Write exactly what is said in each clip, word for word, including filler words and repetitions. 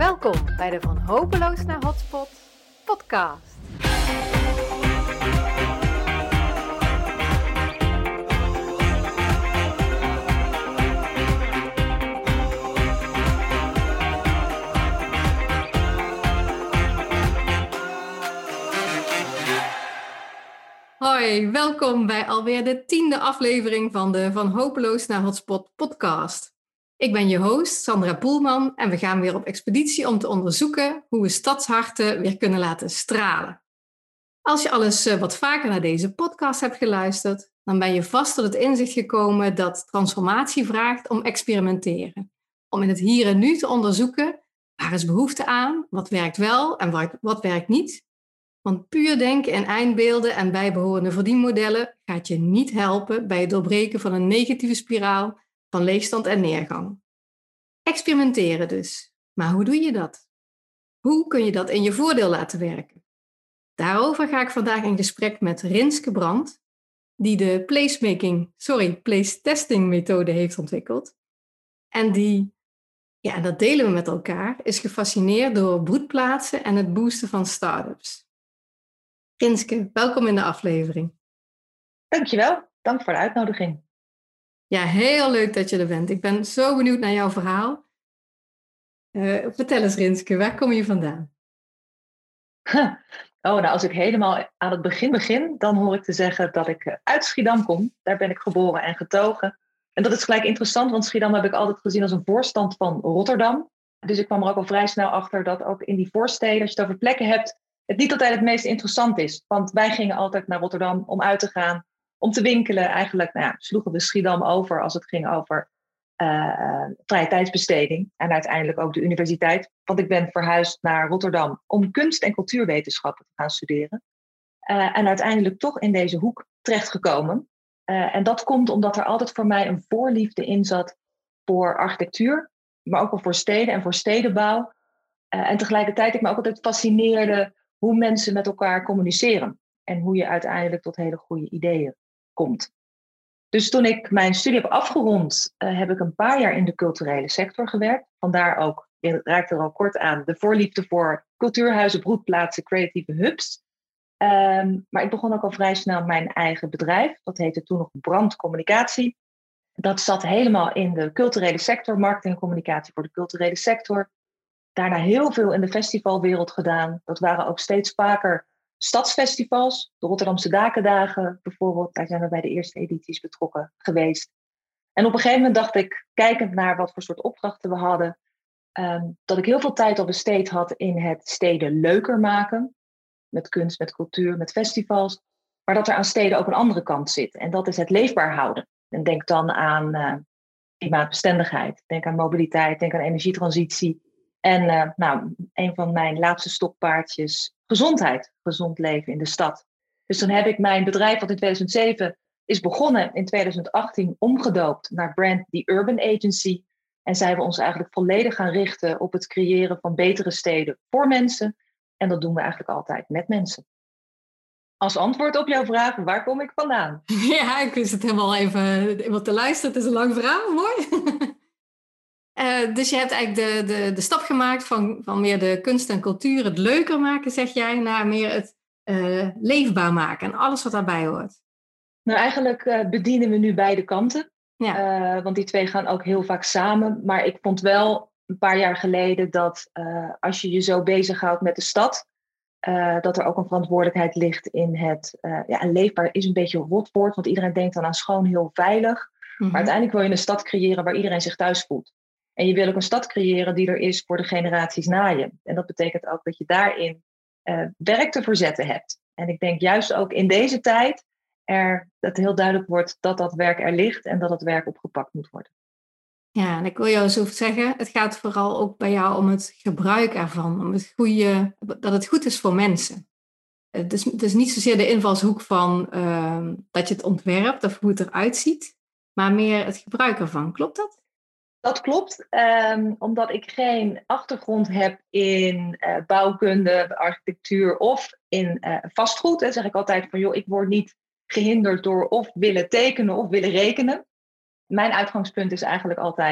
Welkom bij de Van Hopeloos naar Hotspot podcast. Hoi, welkom bij alweer de tiende aflevering van de Van Hopeloos naar Hotspot podcast. Ik ben je host, Sandra Poelman, en we gaan weer op expeditie om te onderzoeken hoe we stadsharten weer kunnen laten stralen. Als je al eens wat vaker naar deze podcast hebt geluisterd, dan ben je vast tot het inzicht gekomen dat transformatie vraagt om experimenteren. Om in het hier en nu te onderzoeken, waar is behoefte aan, wat werkt wel en wat, wat werkt niet. Want puur denken in eindbeelden en bijbehorende verdienmodellen gaat je niet helpen bij het doorbreken van een negatieve spiraal van leegstand en neergang. Experimenteren dus. Maar hoe doe je dat? Hoe kun je dat in je voordeel laten werken? Daarover ga ik vandaag in gesprek met Rinske Brandt, die de placemaking, sorry, place-testing methode heeft ontwikkeld. En die, ja, dat delen we met elkaar, is gefascineerd door broedplaatsen en het boosten van start-ups. Rinske, welkom in de aflevering. Dankjewel, dank voor de uitnodiging. Ja, heel leuk dat je er bent. Ik ben zo benieuwd naar jouw verhaal. Uh, vertel eens Rinske, waar kom je vandaan? Huh. Oh, nou als ik helemaal aan het begin begin, dan hoor ik te zeggen dat ik uit Schiedam kom. Daar ben ik geboren en getogen. En dat is gelijk interessant, want Schiedam heb ik altijd gezien als een voorstand van Rotterdam. Dus ik kwam er ook al vrij snel achter dat ook in die voorsteden, als je het over plekken hebt, het niet altijd het meest interessant is. Want wij gingen altijd naar Rotterdam om uit te gaan, om te winkelen. Eigenlijk nou ja, sloegen we Schiedam over als het ging over uh, vrije tijdsbesteding. En uiteindelijk ook de universiteit. Want ik ben verhuisd naar Rotterdam om kunst- en cultuurwetenschappen te gaan studeren. Uh, en uiteindelijk toch in deze hoek terechtgekomen. Uh, en dat komt omdat er altijd voor mij een voorliefde in zat voor architectuur. Maar ook wel voor steden en voor stedenbouw. Uh, en tegelijkertijd ik me ook altijd fascineerde hoe mensen met elkaar communiceren. En hoe je uiteindelijk tot hele goede ideeën komt. Dus toen ik mijn studie heb afgerond, uh, heb ik een paar jaar in de culturele sector gewerkt. Vandaar ook, ik raakte er al kort aan, de voorliefde voor cultuurhuizen, broedplaatsen, creatieve hubs. Um, maar ik begon ook al vrij snel mijn eigen bedrijf. Dat heette toen nog Brandt Communicatie. Dat zat helemaal in de culturele sector, marketing en communicatie voor de culturele sector. Daarna heel veel in de festivalwereld gedaan. Dat waren ook steeds vaker stadsfestivals. De Rotterdamse Dakendagen bijvoorbeeld. Daar zijn we bij de eerste edities betrokken geweest. En op een gegeven moment dacht ik, kijkend naar wat voor soort opdrachten we hadden, um, dat ik heel veel tijd al besteed had in het steden leuker maken. Met kunst, met cultuur, met festivals. Maar dat er aan steden ook een andere kant zit. En dat is het leefbaar houden. En denk dan aan uh, klimaatbestendigheid. Denk aan mobiliteit. Denk aan energietransitie. En uh, nou, een van mijn laatste stokpaardjes, gezondheid. Gezond leven in de stad. Dus toen heb ik mijn bedrijf, wat in tweeduizend zeven is begonnen, in tweeduizend achttien omgedoopt naar Brand The Urban Agency. En zijn we ons eigenlijk volledig gaan richten op het creëren van betere steden voor mensen. En dat doen we eigenlijk altijd met mensen. Als antwoord op jouw vraag, waar kom ik vandaan? Ja, ik wist het helemaal even, even te luisteren. Het is een lang verhaal, mooi. Uh, dus je hebt eigenlijk de, de, de stap gemaakt van, van meer de kunst en cultuur, het leuker maken, zeg jij, naar meer het uh, leefbaar maken en alles wat daarbij hoort. Nou, eigenlijk uh, bedienen we nu beide kanten. Ja. Uh, want die twee gaan ook heel vaak samen. Maar ik vond wel een paar jaar geleden dat uh, als je je zo bezighoudt met de stad, uh, dat er ook een verantwoordelijkheid ligt in het, uh, ja, en leefbaar is een beetje een rotwoord, want iedereen denkt dan aan schoon, heel veilig. Mm-hmm. Maar uiteindelijk wil je een stad creëren waar iedereen zich thuis voelt. En je wil ook een stad creëren die er is voor de generaties na je. En dat betekent ook dat je daarin uh, werk te verzetten hebt. En ik denk juist ook in deze tijd er, dat heel duidelijk wordt dat dat werk er ligt en dat het werk opgepakt moet worden. Ja, en ik wil jou zo zeggen, het gaat vooral ook bij jou om het gebruik ervan. Om het goede, dat het goed is voor mensen. Het is, het is niet zozeer de invalshoek van uh, dat je het ontwerpt of hoe het eruit ziet, maar meer het gebruik ervan. Klopt dat? Dat klopt, um, omdat ik geen achtergrond heb in uh, bouwkunde, architectuur of in uh, vastgoed. Dan zeg ik altijd van, joh, ik word niet gehinderd door of willen tekenen of willen rekenen. Mijn uitgangspunt is eigenlijk altijd,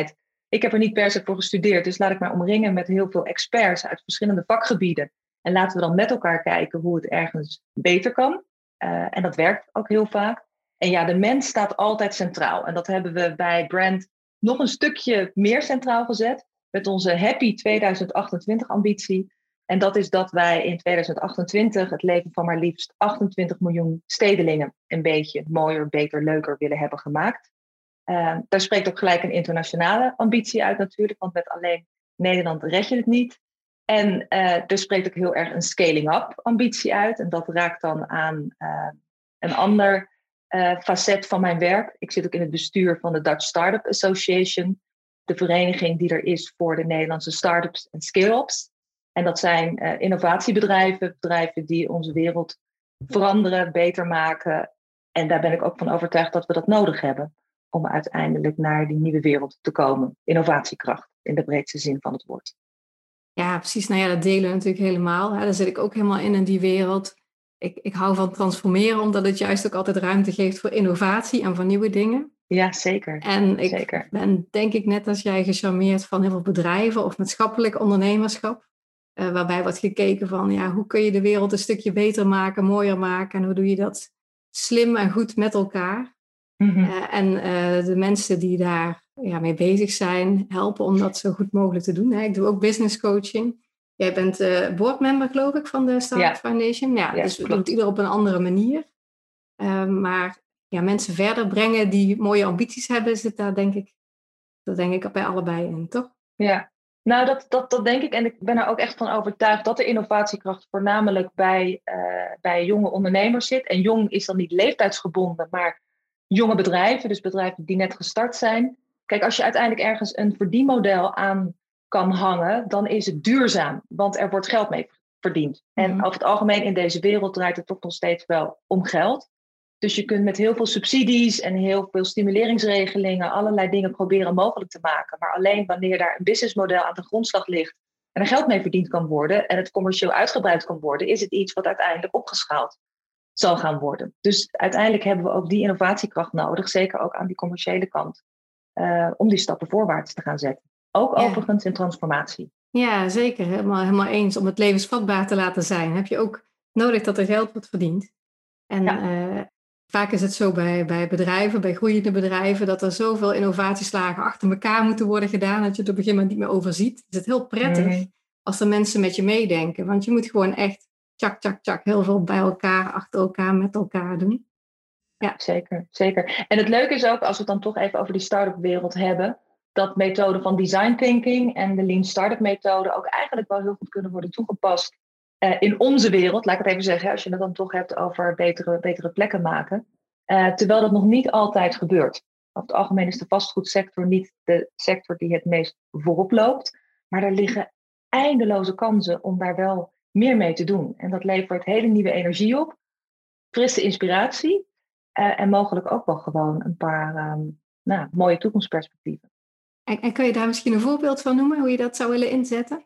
ik heb er niet per se voor gestudeerd, dus laat ik mij omringen met heel veel experts uit verschillende vakgebieden. En laten we dan met elkaar kijken hoe het ergens beter kan. Uh, en dat werkt ook heel vaak. En ja, de mens staat altijd centraal. En dat hebben we bij Brand nog een stukje meer centraal gezet. Met onze Happy tweeduizend achtentwintig ambitie. En dat is dat wij in tweeduizend achtentwintig het leven van maar liefst achtentwintig miljoen stedelingen een beetje mooier, beter, leuker willen hebben gemaakt. Uh, daar spreekt ook gelijk een internationale ambitie uit natuurlijk. Want met alleen Nederland red je het niet. En uh, er spreekt ook heel erg een scaling-up ambitie uit. En dat raakt dan aan uh, een ander uh, facet van mijn werk. Ik zit ook in het bestuur van de Dutch Startup Association. De vereniging die er is voor de Nederlandse start-ups en scale-ups. En dat zijn uh, innovatiebedrijven, bedrijven die onze wereld veranderen, beter maken. En daar ben ik ook van overtuigd dat we dat nodig hebben. Om uiteindelijk naar die nieuwe wereld te komen. Innovatiekracht in de breedste zin van het woord. Ja, precies. Nou ja, dat delen we natuurlijk helemaal. Hè. Daar zit ik ook helemaal in, in die wereld. Ik, ik hou van transformeren, omdat het juist ook altijd ruimte geeft voor innovatie en voor nieuwe dingen. Ja, zeker. En ik zeker. ben denk ik net als jij gecharmeerd van heel veel bedrijven of maatschappelijk ondernemerschap. Uh, waarbij wordt gekeken van, ja, hoe kun je de wereld een stukje beter maken, mooier maken. En hoe doe je dat slim en goed met elkaar. Mm-hmm. Uh, en uh, de mensen die daar ja, mee bezig zijn, helpen om dat zo goed mogelijk te doen. Hè. Ik doe ook business coaching. Jij bent uh, boardmember, geloof ik, van de Startup ja. Foundation. Ja, ja, dus we doen het ieder op een andere manier. Uh, maar ja, mensen verder brengen die mooie ambities hebben, zit daar denk ik, dat denk ik bij allebei in, toch? Ja, nou dat, dat, dat denk ik. En ik ben er ook echt van overtuigd dat de innovatiekracht voornamelijk bij, uh, bij jonge ondernemers zit. En jong is dan niet leeftijdsgebonden, maar jonge bedrijven, dus bedrijven die net gestart zijn. Kijk, als je uiteindelijk ergens een verdienmodel aan kan hangen, dan is het duurzaam, want er wordt geld mee verdiend. Mm-hmm. En over het algemeen in deze wereld draait het toch nog steeds wel om geld. Dus je kunt met heel veel subsidies en heel veel stimuleringsregelingen allerlei dingen proberen mogelijk te maken. Maar alleen wanneer daar een businessmodel aan de grondslag ligt en er geld mee verdiend kan worden en het commercieel uitgebreid kan worden, is het iets wat uiteindelijk opgeschaald zal gaan worden. Dus uiteindelijk hebben we ook die innovatiekracht nodig, zeker ook aan die commerciële kant, uh, om die stappen voorwaarts te gaan zetten. Ook ja. overigens in transformatie. Ja, zeker. Helemaal, helemaal eens. Om het levensvatbaar te laten zijn, heb je ook nodig dat er geld wordt verdiend. En ja. uh, vaak is het zo bij, bij bedrijven, bij groeiende bedrijven, dat er zoveel innovatieslagen achter elkaar moeten worden gedaan, dat je het op een gegeven moment niet meer overziet. Het is het heel prettig mm. als er mensen met je meedenken. Want je moet gewoon echt tjak, tjak, tjak, heel veel bij elkaar, achter elkaar, met elkaar doen. Ja, zeker, zeker. En het leuke is ook, als we het dan toch even over die start-up wereld hebben, dat methode van design thinking en de lean startup methode ook eigenlijk wel heel goed kunnen worden toegepast uh, in onze wereld. Laat ik het even zeggen, als je het dan toch hebt over betere, betere plekken maken. Uh, terwijl dat nog niet altijd gebeurt. Over het algemeen is de vastgoedsector niet de sector die het meest voorop loopt. Maar er liggen eindeloze kansen om daar wel meer mee te doen. En dat levert hele nieuwe energie op, frisse inspiratie uh, en mogelijk ook wel gewoon een paar um, nou, mooie toekomstperspectieven. En, en kun je daar misschien een voorbeeld van noemen, hoe je dat zou willen inzetten?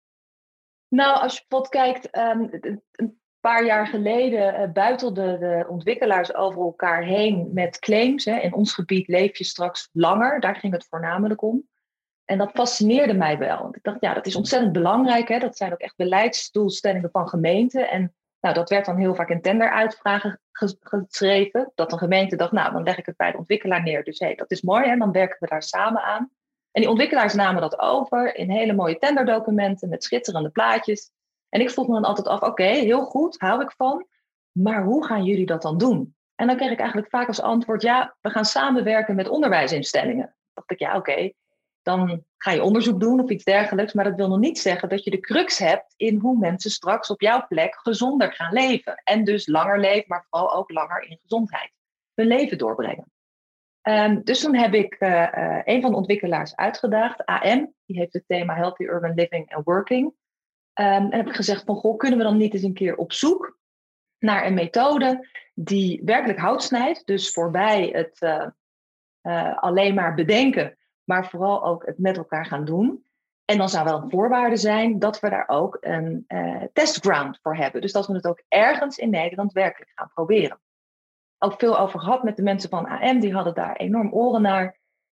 Nou, als je bijvoorbeeld kijkt, um, een paar jaar geleden uh, buitelden de ontwikkelaars over elkaar heen met claims. Hè. In ons gebied leef je straks langer, daar ging het voornamelijk om. En dat fascineerde mij wel. Want ik dacht, ja, dat is ontzettend belangrijk. Hè. Dat zijn ook echt beleidsdoelstellingen van gemeenten. En nou, dat werd dan heel vaak in tenderuitvragen ge- geschreven. Dat een gemeente dacht, nou, dan leg ik het bij de ontwikkelaar neer. Dus hé, hey, dat is mooi en dan werken we daar samen aan. En die ontwikkelaars namen dat over in hele mooie tenderdocumenten met schitterende plaatjes. En ik vroeg me dan altijd af, oké, okay, heel goed, hou ik van. Maar hoe gaan jullie dat dan doen? En dan kreeg ik eigenlijk vaak als antwoord, ja, we gaan samenwerken met onderwijsinstellingen. Dan dacht ik, ja, oké, okay, dan ga je onderzoek doen of iets dergelijks. Maar dat wil nog niet zeggen dat je de crux hebt in hoe mensen straks op jouw plek gezonder gaan leven. En dus langer leven, maar vooral ook langer in gezondheid hun leven doorbrengen. Um, dus toen heb ik uh, uh, een van de ontwikkelaars uitgedaagd, A M. Die heeft het thema Healthy Urban Living and Working. Um, en heb ik gezegd van, goh, kunnen we dan niet eens een keer op zoek naar een methode die werkelijk hout snijdt. Dus voorbij het uh, uh, alleen maar bedenken, maar vooral ook het met elkaar gaan doen. En dan zou wel een voorwaarde zijn dat we daar ook een uh, testground voor hebben. Dus dat we het ook ergens in Nederland werkelijk gaan proberen. Ook veel over gehad met de mensen van A M, die hadden daar enorm oren naar.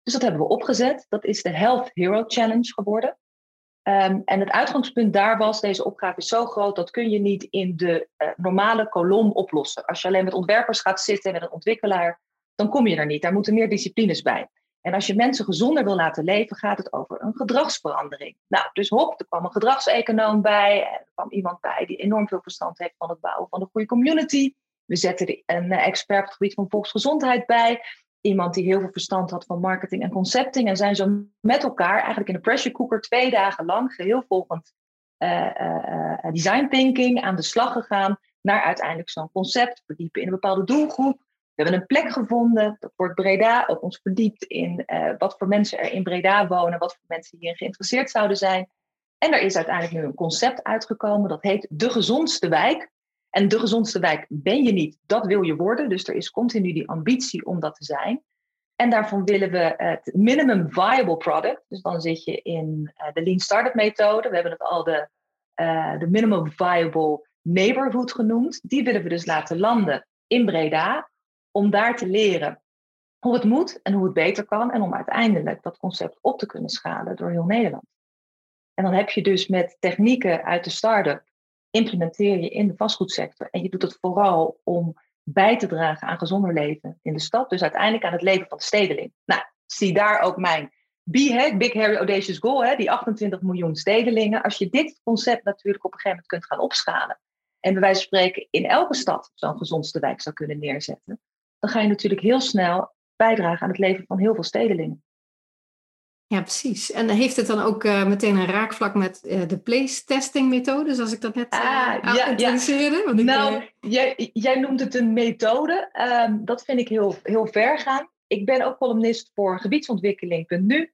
Dus dat hebben we opgezet. Dat is de Health Hero Challenge geworden. Um, en het uitgangspunt daar was, deze opgave is zo groot, dat kun je niet in de uh, normale kolom oplossen. Als je alleen met ontwerpers gaat zitten, met een ontwikkelaar, dan kom je er niet. Daar moeten meer disciplines bij. En als je mensen gezonder wil laten leven, gaat het over een gedragsverandering. Nou, dus hop, er kwam een gedragseconoom bij. En er kwam iemand bij die enorm veel verstand heeft van het bouwen van een goede community. We zetten er een uh, expert op het gebied van volksgezondheid bij. Iemand die heel veel verstand had van marketing en concepting. En zijn zo met elkaar eigenlijk in een pressure cooker twee dagen lang geheel volgend uh, uh, design thinking aan de slag gegaan. Naar uiteindelijk zo'n concept, verdiepen in een bepaalde doelgroep. We hebben een plek gevonden, dat wordt Breda, ook ons verdiept in uh, wat voor mensen er in Breda wonen, wat voor mensen hierin geïnteresseerd zouden zijn. En er is uiteindelijk nu een concept uitgekomen, dat heet De Gezondste Wijk. En de gezondste wijk ben je niet, dat wil je worden. Dus er is continu die ambitie om dat te zijn. En daarvan willen we het minimum viable product. Dus dan zit je in uh, de Lean Startup methode. We hebben het al de, uh, de minimum viable neighborhood genoemd. Die willen we dus laten landen in Breda. Om daar te leren hoe het moet en hoe het beter kan. En om uiteindelijk dat concept op te kunnen schalen door heel Nederland. En dan heb je dus met technieken uit de start-up, implementeer je in de vastgoedsector. En je doet het vooral om bij te dragen aan gezonder leven in de stad. Dus uiteindelijk aan het leven van de stedeling. Nou, zie daar ook mijn B H A G, Big Hairy Audacious Goal, hè, die achtentwintig miljoen stedelingen. Als je dit concept natuurlijk op een gegeven moment kunt gaan opschalen. En bij wijze van spreken in elke stad zo'n gezondste wijk zou kunnen neerzetten. Dan ga je natuurlijk heel snel bijdragen aan het leven van heel veel stedelingen. Ja, precies. En heeft het dan ook uh, meteen een raakvlak met uh, de place testing methode, zoals ik dat net uh, ah, ja, introduceerde? Ja. Want nou, ik, uh... jij, jij noemt het een methode. Um, dat vind ik heel, heel ver gaan. Ik ben ook columnist voor gebiedsontwikkeling punt n u.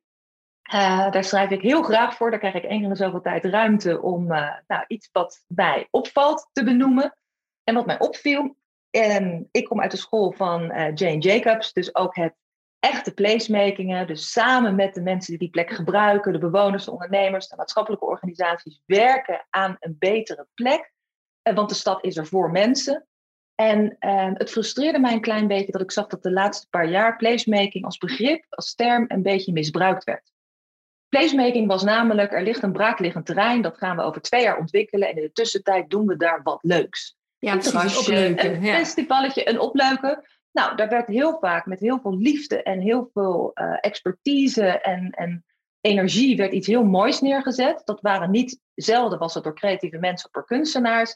Uh, daar schrijf ik heel graag voor. Daar krijg ik één keer in zoveel tijd ruimte om uh, nou, iets wat mij opvalt te benoemen. En wat mij opviel, en ik kom uit de school van uh, Jane Jacobs, dus ook het echte placemakingen, dus samen met de mensen die die plek gebruiken, de bewoners, de ondernemers, de maatschappelijke organisaties, werken aan een betere plek. Uh, want de stad is er voor mensen. En uh, het frustreerde mij een klein beetje dat ik zag dat de laatste paar jaar placemaking als begrip, als term, een beetje misbruikt werd. Placemaking was namelijk, er ligt een braakliggend terrein, dat gaan we over twee jaar ontwikkelen en in de tussentijd doen we daar wat leuks. Ja, een terrasje, opleuken, een ja. festivalletje, een opleuken. Nou, daar werd heel vaak met heel veel liefde en heel veel uh, expertise en, en energie werd iets heel moois neergezet. Dat waren niet, zelden was het door creatieve mensen of door kunstenaars.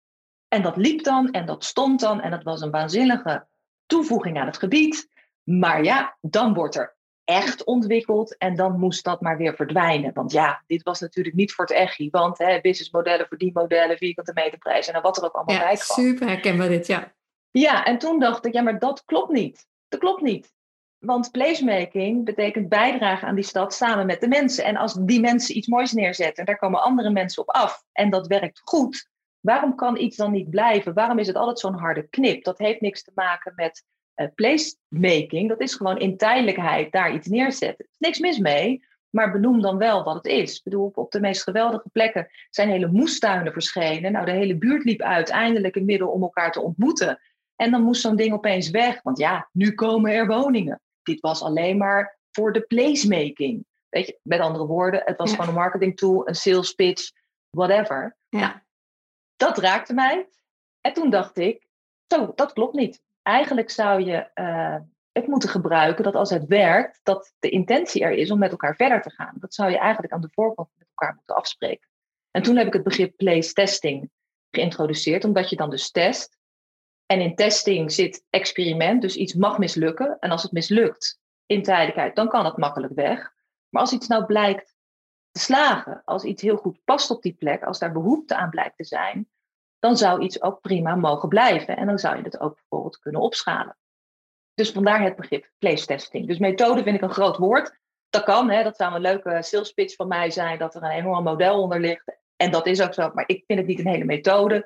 En dat liep dan en dat stond dan en dat was een waanzinnige toevoeging aan het gebied. Maar ja, dan wordt er echt ontwikkeld en dan moest dat maar weer verdwijnen. Want ja, dit was natuurlijk niet voor het echi, want hè, businessmodellen, verdienmodellen, vierkante meterprijzen en wat er ook allemaal ja, bij kwam. Super herkenbaar dit, ja. Ja, en toen dacht ik, ja, maar dat klopt niet. Dat klopt niet. Want placemaking betekent bijdragen aan die stad samen met de mensen. En als die mensen iets moois neerzetten, daar komen andere mensen op af en dat werkt goed, waarom kan iets dan niet blijven? Waarom is het altijd zo'n harde knip? Dat heeft niks te maken met uh, placemaking. Dat is gewoon in tijdelijkheid daar iets neerzetten. Er is niks mis mee, maar benoem dan wel wat het is. Ik bedoel, op, op de meest geweldige plekken zijn hele moestuinen verschenen. Nou, de hele buurt liep uiteindelijk een middel om elkaar te ontmoeten. En dan moest zo'n ding opeens weg. Want ja, nu komen er woningen. Dit was alleen maar voor de placemaking. Weet je, met andere woorden, het was ja. gewoon een marketing tool, een sales pitch, whatever. Ja. Nou, dat raakte mij. En toen dacht ik, zo, dat klopt niet. Eigenlijk zou je uh, het moeten gebruiken dat als het werkt, dat de intentie er is om met elkaar verder te gaan. Dat zou je eigenlijk aan de voorkant met elkaar moeten afspreken. En toen heb ik het begrip place testing geïntroduceerd, omdat je dan dus test. En in testing zit experiment, dus iets mag mislukken. En als het mislukt in tijdelijkheid, dan kan het makkelijk weg. Maar als iets nou blijkt te slagen, als iets heel goed past op die plek, als daar behoefte aan blijkt te zijn, dan zou iets ook prima mogen blijven. En dan zou je het ook bijvoorbeeld kunnen opschalen. Dus vandaar het begrip place testing. Dus methode vind ik een groot woord. Dat kan, hè, dat zou een leuke sales pitch van mij zijn, dat er een enorm model onder ligt. En dat is ook zo, maar ik vind het niet een hele methode.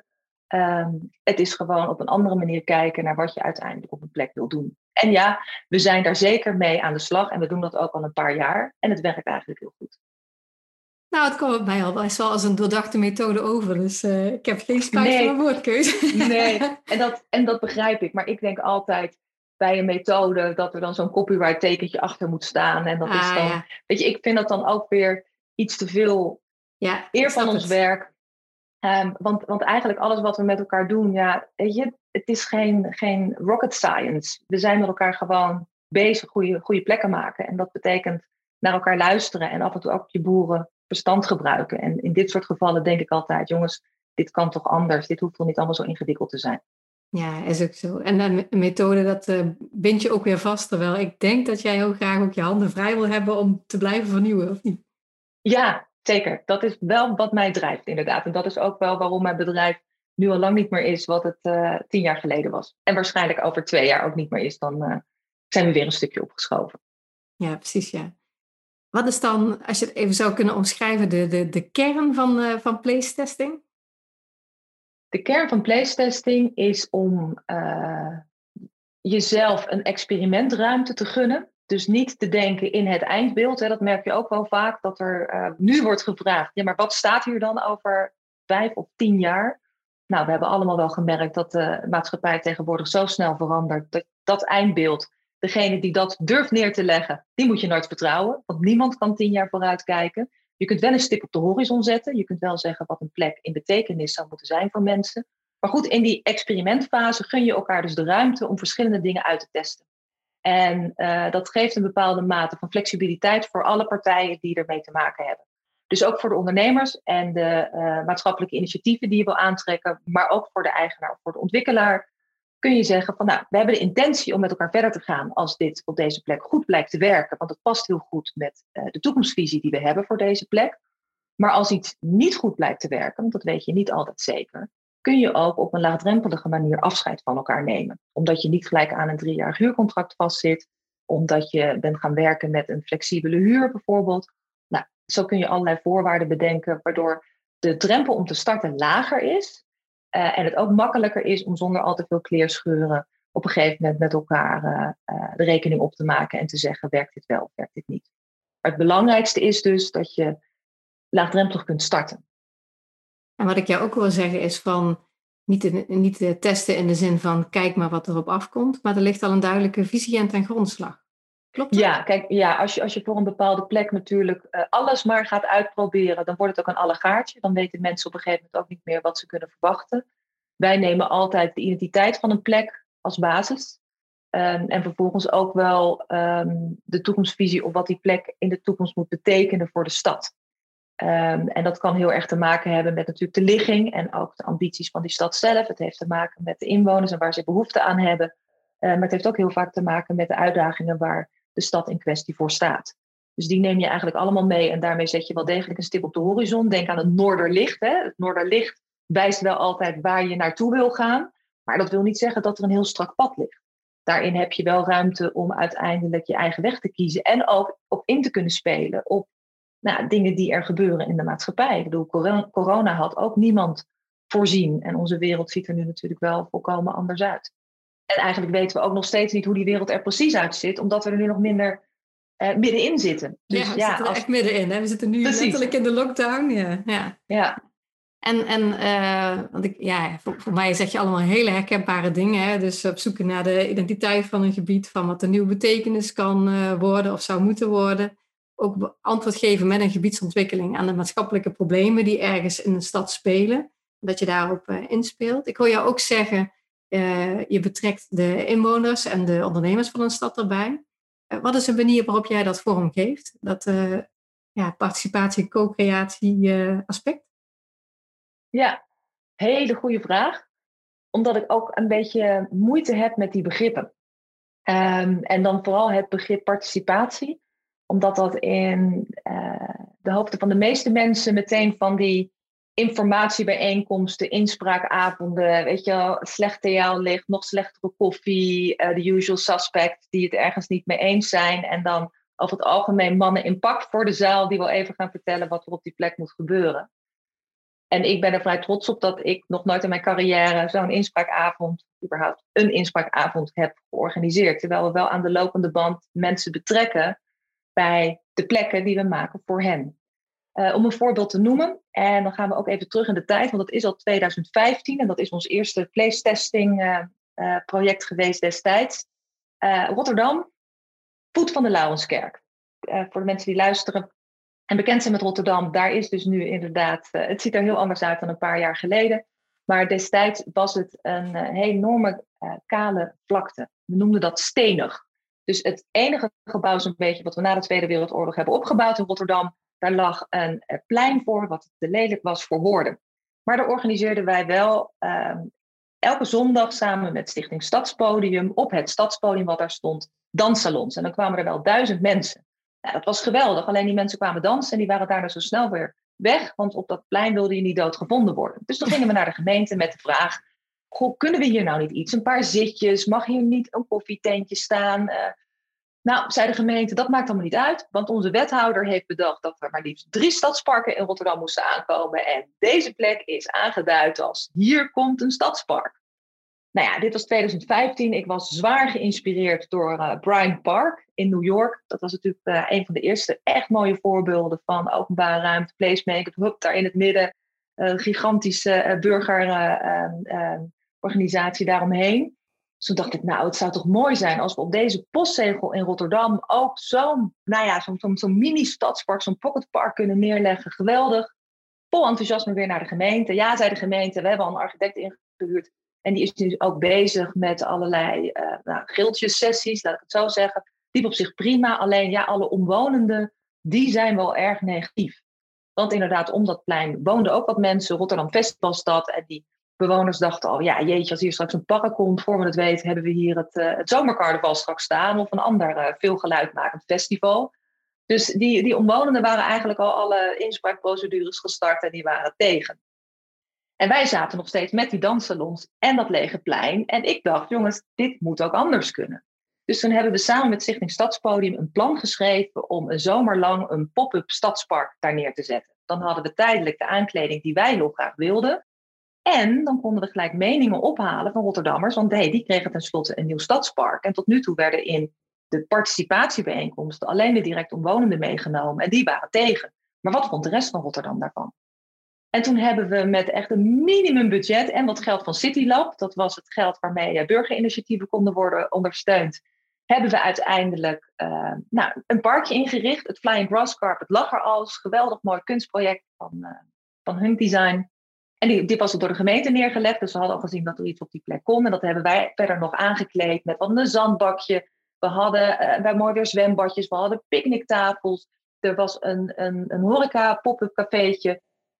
Um, het is gewoon op een andere manier kijken naar wat je uiteindelijk op een plek wil doen. En ja, we zijn daar zeker mee aan de slag en we doen dat ook al een paar jaar. En het werkt eigenlijk heel goed. Nou, het kwam mij al best wel als een doordachte methode over. Dus uh, ik heb geen spijt nee. van mijn woordkeuze. Nee, en dat, en dat begrijp ik. Maar ik denk altijd, bij een methode dat er dan zo'n copyright tekentje achter moet staan. En dat Ah, is dan, ja. weet je, ik vind dat dan ook weer iets te veel Ja, eer ik van snap ons het. werk. Um, want, want eigenlijk alles wat we met elkaar doen, ja, weet je, het is geen, geen rocket science. We zijn met elkaar gewoon bezig goede, goede plekken maken. En dat betekent naar elkaar luisteren en af en toe ook je boeren verstand gebruiken. En in dit soort gevallen denk ik altijd, jongens, dit kan toch anders? Dit hoeft toch niet allemaal zo ingewikkeld te zijn. Ja, is ook zo. En een methode, dat uh, bind je ook weer vast. Terwijl ik denk dat jij heel graag ook je handen vrij wil hebben om te blijven vernieuwen, of niet? Ja, zeker. Dat is wel wat mij drijft, inderdaad. En dat is ook wel waarom mijn bedrijf nu al lang niet meer is wat het uh, tien jaar geleden was. En waarschijnlijk over twee jaar ook niet meer is. Dan uh, zijn we weer een stukje opgeschoven. Ja, precies, ja. Wat is dan, als je het even zou kunnen omschrijven, de, de, de kern van, uh, van place testing? De kern van place testing is om uh, jezelf een experimentruimte te gunnen. Dus niet te denken in het eindbeeld. Hè. Dat merk je ook wel vaak, dat er uh, nu wordt gevraagd, ja, maar wat staat hier dan over vijf of tien jaar? Nou, we hebben allemaal wel gemerkt dat de maatschappij tegenwoordig zo snel verandert. Dat, dat eindbeeld, degene die dat durft neer te leggen, die moet je nooit vertrouwen. Want niemand kan tien jaar vooruit kijken. Je kunt wel een stip op de horizon zetten. Je kunt wel zeggen wat een plek in betekenis zou moeten zijn voor mensen. Maar goed, in die experimentfase gun je elkaar dus de ruimte om verschillende dingen uit te testen. En uh, dat geeft een bepaalde mate van flexibiliteit voor alle partijen die ermee te maken hebben. Dus ook voor de ondernemers en de uh, maatschappelijke initiatieven die je wil aantrekken, maar ook voor de eigenaar of voor de ontwikkelaar, kun je zeggen van nou, we hebben de intentie om met elkaar verder te gaan als dit op deze plek goed blijkt te werken, want het past heel goed met uh, de toekomstvisie die we hebben voor deze plek. Maar als iets niet goed blijkt te werken, want dat weet je niet altijd zeker, kun je ook op een laagdrempelige manier afscheid van elkaar nemen. Omdat je niet gelijk aan een driejarig huurcontract vastzit, omdat je bent gaan werken met een flexibele huur bijvoorbeeld. Nou, zo kun je allerlei voorwaarden bedenken, waardoor de drempel om te starten lager is. Uh, en het ook makkelijker is om zonder al te veel kleerscheuren op een gegeven moment met elkaar uh, uh, de rekening op te maken en te zeggen, werkt dit wel of werkt dit niet. Maar het belangrijkste is dus dat je laagdrempelig kunt starten. En wat ik jou ook wil zeggen is van niet, de, niet de testen in de zin van kijk maar wat erop afkomt, maar er ligt al een duidelijke visie en ten grondslag. Klopt dat? Ja, kijk, ja, als je, als je voor een bepaalde plek natuurlijk uh, alles maar gaat uitproberen, dan wordt het ook een allegaartje. Dan weten mensen op een gegeven moment ook niet meer wat ze kunnen verwachten. Wij nemen altijd de identiteit van een plek als basis. Um, en vervolgens ook wel um, de toekomstvisie op wat die plek in de toekomst moet betekenen voor de stad. Um, en dat kan heel erg te maken hebben met natuurlijk de ligging en ook de ambities van die stad zelf. Het heeft te maken met de inwoners en waar ze behoefte aan hebben. Uh, maar het heeft ook heel vaak te maken met de uitdagingen waar de stad in kwestie voor staat. Dus die neem je eigenlijk allemaal mee en daarmee zet je wel degelijk een stip op de horizon. Denk aan het Noorderlicht. Hè. Het Noorderlicht wijst wel altijd waar je naartoe wil gaan. Maar dat wil niet zeggen dat er een heel strak pad ligt. Daarin heb je wel ruimte om uiteindelijk je eigen weg te kiezen. En ook op in te kunnen spelen op nou, dingen die er gebeuren in de maatschappij. Ik bedoel, corona had ook niemand voorzien. En onze wereld ziet er nu natuurlijk wel volkomen anders uit. En eigenlijk weten we ook nog steeds niet hoe die wereld er precies uitziet. Omdat we er nu nog minder uh, middenin zitten. Dus, ja, we ja, zitten er als... echt middenin. Hè? We zitten nu Precies. letterlijk in de lockdown. Ja, ja. ja. En, en uh, want ik, ja, voor, voor mij zeg je allemaal hele herkenbare dingen. Hè? Dus op zoek naar de identiteit van een gebied, van wat de nieuwe betekenis kan uh, worden of zou moeten worden. Ook antwoord geven met een gebiedsontwikkeling aan de maatschappelijke problemen die ergens in een stad spelen. Dat je daarop uh, inspeelt. Ik hoor jou ook zeggen, uh, je betrekt de inwoners en de ondernemers van een stad erbij. Uh, wat is een manier waarop jij dat vormgeeft? Dat uh, ja, participatie, co-creatie uh, aspect? Ja, hele goede vraag. Omdat ik ook een beetje moeite heb met die begrippen. Um, en dan vooral het begrip participatie. Omdat dat in uh, de hoofden van de meeste mensen meteen van die informatiebijeenkomsten, inspraakavonden, weet je wel, slecht theaterlicht, nog slechtere koffie, uh, the usual suspect, die het ergens niet mee eens zijn. En dan over het algemeen mannen in pak voor de zaal die wel even gaan vertellen wat er op die plek moet gebeuren. En ik ben er vrij trots op dat ik nog nooit in mijn carrière zo'n inspraakavond, überhaupt een inspraakavond heb georganiseerd. Terwijl we wel aan de lopende band mensen betrekken bij de plekken die we maken voor hen. Uh, om een voorbeeld te noemen, en dan gaan we ook even terug in de tijd, want dat is al twintig vijftien en dat is ons eerste place testing uh, uh, project geweest destijds. Uh, Rotterdam, voet van de Laurenskerk. Uh, voor de mensen die luisteren en bekend zijn met Rotterdam, daar is dus nu inderdaad, uh, het ziet er heel anders uit dan een paar jaar geleden. Maar destijds was het een uh, enorme uh, kale vlakte. We noemden dat stenig. Dus het enige gebouw zo'n beetje wat we na de Tweede Wereldoorlog hebben opgebouwd in Rotterdam, daar lag een uh, plein voor wat te lelijk was voor woorden. Maar daar organiseerden wij wel uh, elke zondag samen met Stichting Stadspodium op het stadspodium wat daar stond, danssalons. En dan kwamen er wel duizend mensen. Ja, dat was geweldig. Alleen die mensen kwamen dansen en die waren daarna zo snel weer weg. Want op dat plein wilde je niet doodgevonden worden. Dus toen gingen we naar de gemeente met de vraag, goh, kunnen we hier nou niet iets? Een paar zitjes? Mag hier niet een koffietentje staan? Uh, nou, zei de gemeente, dat maakt allemaal niet uit. Want onze wethouder heeft bedacht dat er maar liefst drie stadsparken in Rotterdam moesten aankomen. En deze plek is aangeduid als, hier komt een stadspark. Nou ja, dit was twintig vijftien. Ik was zwaar geïnspireerd door uh, Bryant Park in New York. Dat was natuurlijk uh, een van de eerste echt mooie voorbeelden van openbare ruimte, placemaker, hup, daar in het midden. Een uh, gigantische uh, burgerorganisatie uh, uh, daaromheen. Dus toen dacht ik, nou, het zou toch mooi zijn als we op deze postzegel in Rotterdam ook zo'n, nou ja, zo'n, zo'n, zo'n mini-stadspark, zo'n pocketpark kunnen neerleggen. Geweldig. Vol enthousiasme weer naar de gemeente. Ja, zei de gemeente, we hebben al een architect ingehuurd. En die is dus ook bezig met allerlei uh, nou, giltjessessies, laat ik het zo zeggen. Die op zich prima, alleen ja, alle omwonenden, die zijn wel erg negatief. Want inderdaad, om dat plein woonden ook wat mensen. Rotterdam Festivalstad. En die bewoners dachten al, ja jeetje, als hier straks een park komt, voor we het weten, hebben we hier het, uh, het zomercarnaval straks staan. Of een ander uh, veel geluidmakend festival. Dus die, die omwonenden waren eigenlijk al alle inspraakprocedures gestart en die waren tegen. En wij zaten nog steeds met die danssalons en dat lege plein. En ik dacht, jongens, dit moet ook anders kunnen. Dus toen hebben we samen met Stichting Stadspodium een plan geschreven om een zomer lang een pop-up stadspark daar neer te zetten. Dan hadden we tijdelijk de aankleding die wij heel graag wilden. En dan konden we gelijk meningen ophalen van Rotterdammers. Want hey, die kregen tenslotte een nieuw stadspark. En tot nu toe werden in de participatiebijeenkomsten alleen de direct omwonenden meegenomen. En die waren tegen. Maar wat vond de rest van Rotterdam daarvan? En toen hebben we met echt een minimumbudget en wat geld van CityLab, dat was het geld waarmee burgerinitiatieven konden worden ondersteund, hebben we uiteindelijk uh, nou, een parkje ingericht. Het Flying Grass Carpet lag er al, een geweldig mooi kunstproject van, uh, van Hunk Design. En die, die was door de gemeente neergelegd, dus we hadden al gezien dat er iets op die plek kon. En dat hebben wij verder nog aangekleed met wat een zandbakje. We hadden uh, wij mooi weer zwembadjes, we hadden picknicktafels. Er was een, een, een horeca pop-up cafeetje.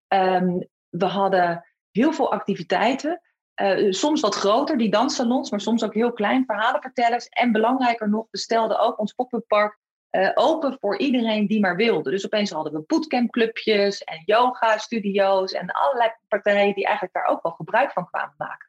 Um, we hadden heel veel activiteiten, uh, soms wat groter, die danssalons, maar soms ook heel klein, verhalenvertellers. En belangrijker nog, we stelden ook ons pop-up park uh, open voor iedereen die maar wilde. Dus opeens hadden we bootcampclubjes en yoga-studio's en allerlei partijen die eigenlijk daar ook wel gebruik van kwamen maken.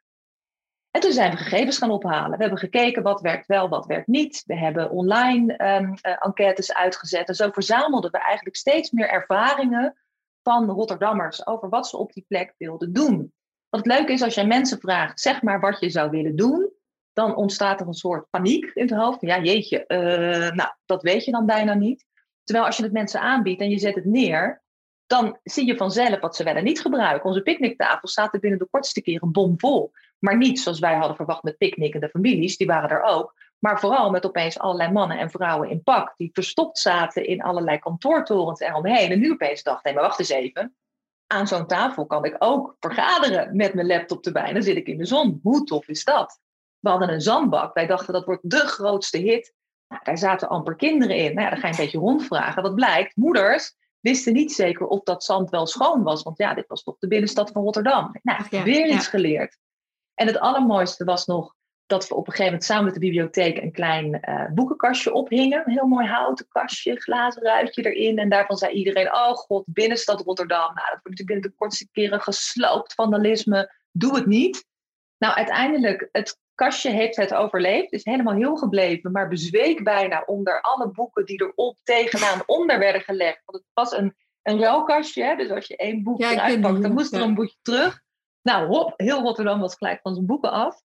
En toen zijn we gegevens gaan ophalen. We hebben gekeken wat werkt wel, wat werkt niet. We hebben online um, uh, enquêtes uitgezet. En zo verzamelden we eigenlijk steeds meer ervaringen van Rotterdammers over wat ze op die plek wilden doen. Wat het leuke is, als jij mensen vraagt, zeg maar wat je zou willen doen, dan ontstaat er een soort paniek in het hoofd. Ja, jeetje, uh, nou, dat weet je dan bijna niet. Terwijl als je het mensen aanbiedt en je zet het neer, dan zie je vanzelf wat ze wel en niet gebruiken. Onze picknicktafel staat er binnen de kortste keren bomvol. Maar niet zoals wij hadden verwacht met picknickende families, die waren er ook. Maar vooral met opeens allerlei mannen en vrouwen in pak, die verstopt zaten in allerlei kantoortorens eromheen. En nu opeens dacht, hé, maar wacht eens even. Aan zo'n tafel kan ik ook vergaderen met mijn laptop erbij. Dan zit ik in de zon. Hoe tof is dat? We hadden een zandbak. Wij dachten, dat wordt de grootste hit. Nou, daar zaten amper kinderen in. Nou ja, dan ga je een beetje rondvragen. Wat blijkt, moeders wisten niet zeker of dat zand wel schoon was. Want ja, dit was toch de binnenstad van Rotterdam. Nou, Ach ja, weer ja. iets geleerd. En het allermooiste was nog dat we op een gegeven moment samen met de bibliotheek een klein uh, boekenkastje ophingen. Een heel mooi houten kastje, glazen ruitje erin. En daarvan zei iedereen, oh god, binnenstad Rotterdam. Nou, dat wordt natuurlijk binnen de kortste keren gesloopt, vandalisme. Doe het niet. Nou, uiteindelijk, het kastje heeft het overleefd. Is helemaal heel gebleven, maar bezweek bijna onder alle boeken die erop tegenaan onder werden gelegd. Want het was een, een ruilkastje, hè? Dus als je één boek Ja, eruit pakt, dan moest er ja. een boekje terug. Nou, hop, heel Rotterdam was gelijk van zijn boeken af.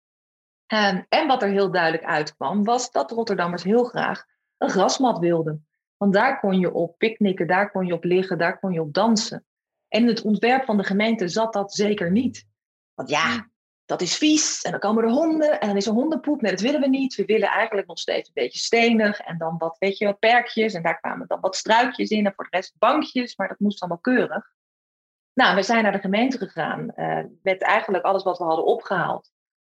Um, en wat er heel duidelijk uitkwam, was dat Rotterdammers heel graag een grasmat wilden. Want daar kon je op picknicken, daar kon je op liggen, daar kon je op dansen. En in het ontwerp van de gemeente zat dat zeker niet. Want ja, dat is vies. En dan komen er honden en dan is er hondenpoep. Nee, dat willen we niet. We willen eigenlijk nog steeds een beetje stenig. En dan wat, weet je, wat perkjes. En daar kwamen dan wat struikjes in. En voor de rest bankjes. Maar dat moest allemaal keurig. Nou, we zijn naar de gemeente gegaan. Uh, met eigenlijk alles wat we hadden opgehaald.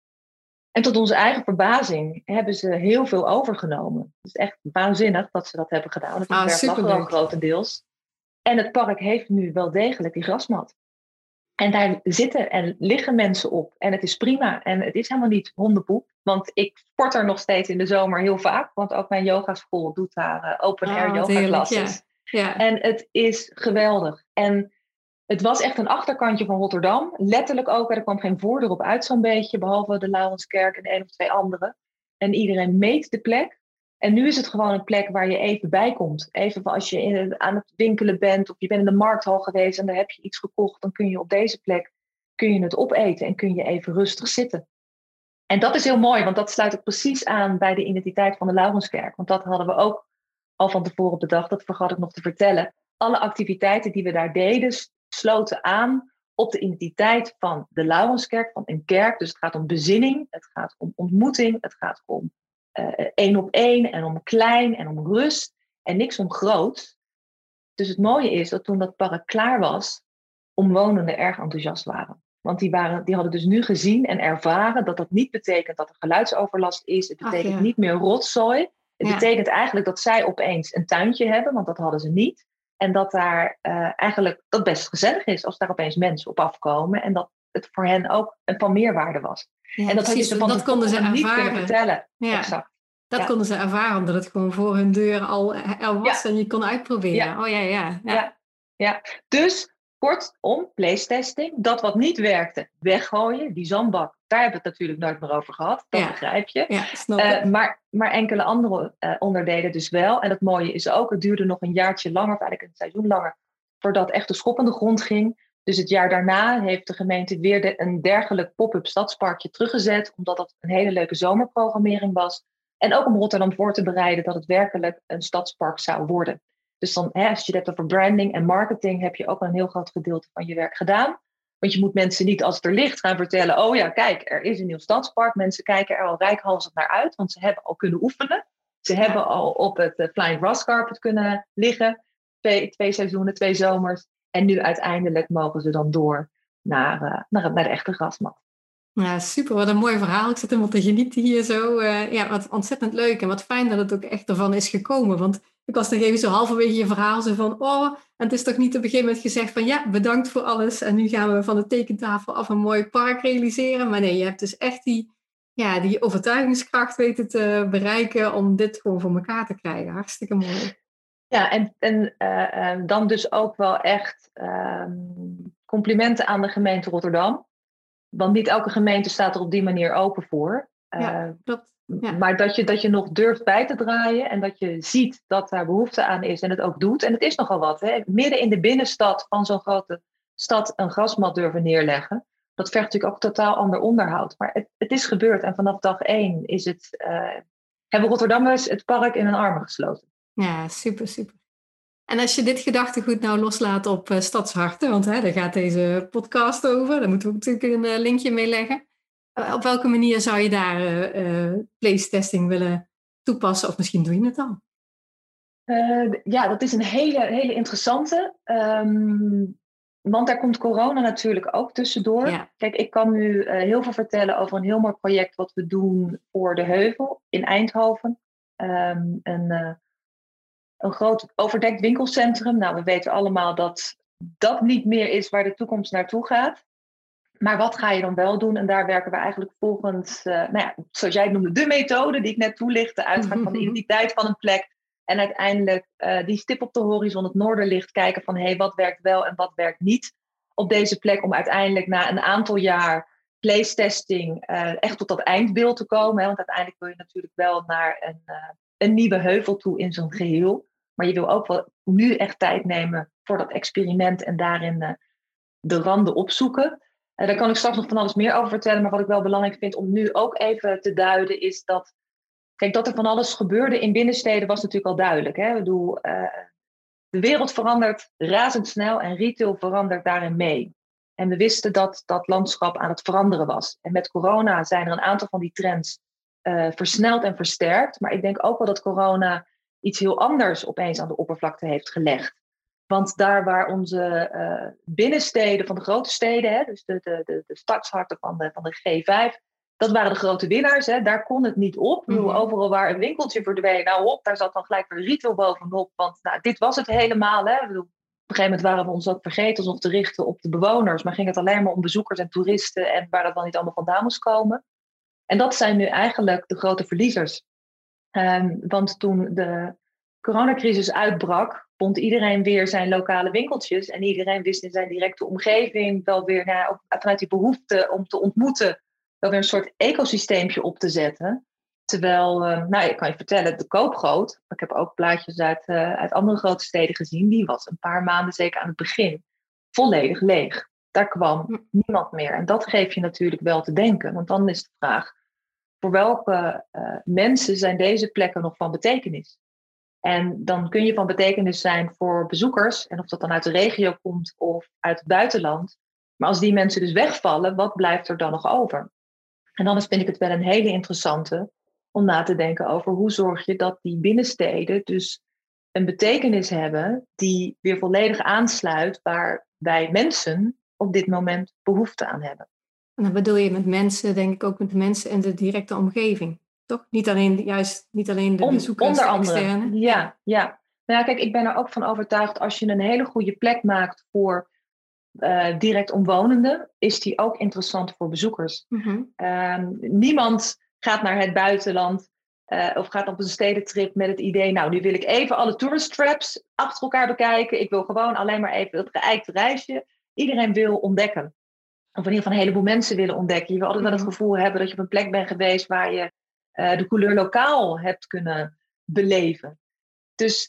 En tot onze eigen verbazing hebben ze heel veel overgenomen. Het is echt waanzinnig dat ze dat hebben gedaan. Dat ah, werkt wel grotendeels. En het park heeft nu wel degelijk die grasmat. En daar zitten en liggen mensen op. En het is prima. En het is helemaal niet hondenpoep. Want ik sport er nog steeds in de zomer heel vaak. Want ook mijn yogaschool doet daar uh, open-air oh, yoga classes. Ja. Ja. En het is geweldig. En het was echt een achterkantje van Rotterdam. Letterlijk ook. Er kwam geen voordeur op uit zo'n beetje. Behalve de Laurenskerk en één of twee andere. En iedereen meet de plek. En nu is het gewoon een plek waar je even bij komt. Even als je in, aan het winkelen bent of je bent in de markthal geweest en daar heb je iets gekocht, dan kun je op deze plek kun je het opeten en kun je even rustig zitten. En dat is heel mooi, want dat sluit ook precies aan bij de identiteit van de Laurenskerk. Want dat hadden we ook al van tevoren bedacht, dat vergat ik nog te vertellen. Alle activiteiten die we daar deden sloten aan op de identiteit van de Laurenskerk, van een kerk. Dus het gaat om bezinning, het gaat om ontmoeting, het gaat om Uh, één op één en om klein en om rust en niks om groot. Dus het mooie is dat toen dat park klaar was, omwonenden erg enthousiast waren. Want die, waren, die hadden dus nu gezien en ervaren dat dat niet betekent dat er geluidsoverlast is. Het betekent Ach, ja. niet meer rotzooi. Het ja. betekent eigenlijk dat zij opeens een tuintje hebben, want dat hadden ze niet. En dat daar uh, eigenlijk dat best gezellig is als daar opeens mensen op afkomen. En dat het voor hen ook een van meerwaarde was. Ja, en dat, precies, je van dat konden ze niet ervaren. kunnen vertellen. Ja. Exact. Dat ja. konden ze ervaren, omdat het gewoon voor hun deur al er was ja. en je kon uitproberen. Ja. Oh ja, ja. ja. ja. ja. Dus kortom, place-testing. Dat wat niet werkte, weggooien. Die zandbak, daar hebben we het natuurlijk nooit meer over gehad. Dat ja. begrijp je. Ja, snap uh, maar, maar enkele andere uh, onderdelen dus wel. En het mooie is ook, het duurde nog een jaartje langer, of eigenlijk een seizoen langer, voordat echt de schop in de grond ging. Dus het jaar daarna heeft de gemeente weer de, een dergelijk pop-up stadsparkje teruggezet, omdat dat een hele leuke zomerprogrammering was. En ook om Rotterdam voor te bereiden dat het werkelijk een stadspark zou worden. Dus dan, hè, als je het hebt over branding en marketing, heb je ook een heel groot gedeelte van je werk gedaan. Want je moet mensen niet als het er ligt gaan vertellen, oh ja, kijk, er is een nieuw stadspark. Mensen kijken er al reikhalzend naar uit, want ze hebben al kunnen oefenen. Ze ja. hebben al op het uh, Flying Grass Carpet kunnen liggen. Twee, twee seizoenen, twee zomers. En nu uiteindelijk mogen ze dan door naar, uh, naar, naar de echte grasmat. Ja, super. Wat een mooi verhaal. Ik zit helemaal te genieten hier zo. Uh, ja, wat ontzettend leuk. En wat fijn dat het ook echt ervan is gekomen. Want ik was nog even zo halverwege je verhaal zo van, oh, en het is toch niet op een gegeven moment gezegd van, ja, bedankt voor alles. En nu gaan we van de tekentafel af een mooi park realiseren. Maar nee, je hebt dus echt die, ja, die overtuigingskracht weten te bereiken om dit gewoon voor elkaar te krijgen. Hartstikke mooi. Ja, en, en uh, uh, dan dus ook wel echt uh, complimenten aan de gemeente Rotterdam. Want niet elke gemeente staat er op die manier open voor. Uh, ja, klopt. Ja. Maar dat je, dat je nog durft bij te draaien en dat je ziet dat daar behoefte aan is en het ook doet. En het is nogal wat. Hè? Midden in de binnenstad van zo'n grote stad een grasmat durven neerleggen. Dat vergt natuurlijk ook totaal ander onderhoud. Maar het, het is gebeurd en vanaf dag één is het, uh, hebben Rotterdammers het park in hun armen gesloten. Ja, super, super. En als je dit gedachtegoed nou loslaat op uh, Stadsharten, want hè, daar gaat deze podcast over, daar moeten we natuurlijk een uh, linkje mee leggen. Uh, op welke manier zou je daar uh, uh, place-testing willen toepassen? Of misschien doe je het al? Uh, ja, dat is een hele, hele interessante. Um, want daar komt corona natuurlijk ook tussendoor. Ja. Kijk, ik kan nu uh, heel veel vertellen over een heel mooi project wat we doen voor de Heuvel in Eindhoven. Um, een... Uh, Een groot overdekt winkelcentrum. Nou, we weten allemaal dat dat niet meer is waar de toekomst naartoe gaat. Maar wat ga je dan wel doen? En daar werken we eigenlijk volgens, uh, nou ja, zoals jij het noemde, de methode die ik net toelichtte, uitgaan van de identiteit van een plek. En uiteindelijk uh, die stip op de horizon, het noorderlicht, kijken van hé, hey, wat werkt wel en wat werkt niet op deze plek. Om uiteindelijk na een aantal jaar place-testing uh, echt tot dat eindbeeld te komen. Hè? Want uiteindelijk wil je natuurlijk wel naar een... Uh, een nieuwe heuvel toe in zo'n geheel. Maar je wil ook wel nu echt tijd nemen voor dat experiment en daarin uh, de randen opzoeken. Uh, daar kan ik straks nog van alles meer over vertellen. Maar wat ik wel belangrijk vind om nu ook even te duiden is dat... Kijk, dat er van alles gebeurde in binnensteden was natuurlijk al duidelijk. Hè? Ik bedoel, uh, de wereld verandert razendsnel en retail verandert daarin mee. En we wisten dat dat landschap aan het veranderen was. En met corona zijn er een aantal van die trends uh, versneld en versterkt. Maar ik denk ook wel dat corona iets heel anders opeens aan de oppervlakte heeft gelegd. Want daar waar onze uh, binnensteden van de grote steden, hè, dus de, de, de, de stadsharten van de, van de G vijf, dat waren de grote winnaars. Hè. Daar kon het niet op. Mm-hmm. Overal waar een winkeltje verdween, nou op, daar zat dan gelijk weer retail bovenop. Want nou, dit was het helemaal. Hè. Bedoel, op een gegeven moment waren we ons ook vergeten ons te richten op de bewoners. Maar ging het alleen maar om bezoekers en toeristen en waar dat dan niet allemaal vandaan moest komen. En dat zijn nu eigenlijk de grote verliezers. Um, want toen de coronacrisis uitbrak, vond iedereen weer zijn lokale winkeltjes. En iedereen wist in zijn directe omgeving wel weer, nou, ook vanuit die behoefte om te ontmoeten, wel weer een soort ecosysteempje op te zetten. Terwijl, uh, nou, ik kan je vertellen, de Koopgoot, ik heb ook plaatjes uit, uh, uit andere grote steden gezien, die was een paar maanden, zeker aan het begin, volledig leeg. Daar kwam niemand meer. En dat geeft je natuurlijk wel te denken. Want dan is de vraag, voor welke uh, mensen zijn deze plekken nog van betekenis? En dan kun je van betekenis zijn voor bezoekers. En of dat dan uit de regio komt of uit het buitenland. Maar als die mensen dus wegvallen, wat blijft er dan nog over? En dan vind ik het wel een hele interessante om na te denken over hoe zorg je dat die binnensteden dus een betekenis hebben die weer volledig aansluit waar wij mensen op dit moment behoefte aan hebben. En dan bedoel je met mensen, denk ik ook met de mensen in de directe omgeving. Toch? Niet alleen, juist, niet alleen de bezoekers, Onder andere, externe. Ja, ja. Nou ja, kijk, ik ben er ook van overtuigd, als je een hele goede plek maakt voor uh, direct omwonenden, is die ook interessant voor bezoekers. Mm-hmm. Uh, niemand gaat naar het buitenland uh, of gaat op een stedentrip met het idee, nou, nu wil ik even alle tourist traps achter elkaar bekijken. Ik wil gewoon alleen maar even dat geëikte reisje. Iedereen wil ontdekken. Of in ieder geval een heleboel mensen willen ontdekken. Je wil altijd wel het gevoel hebben dat je op een plek bent geweest waar je uh, de couleur lokaal hebt kunnen beleven. Dus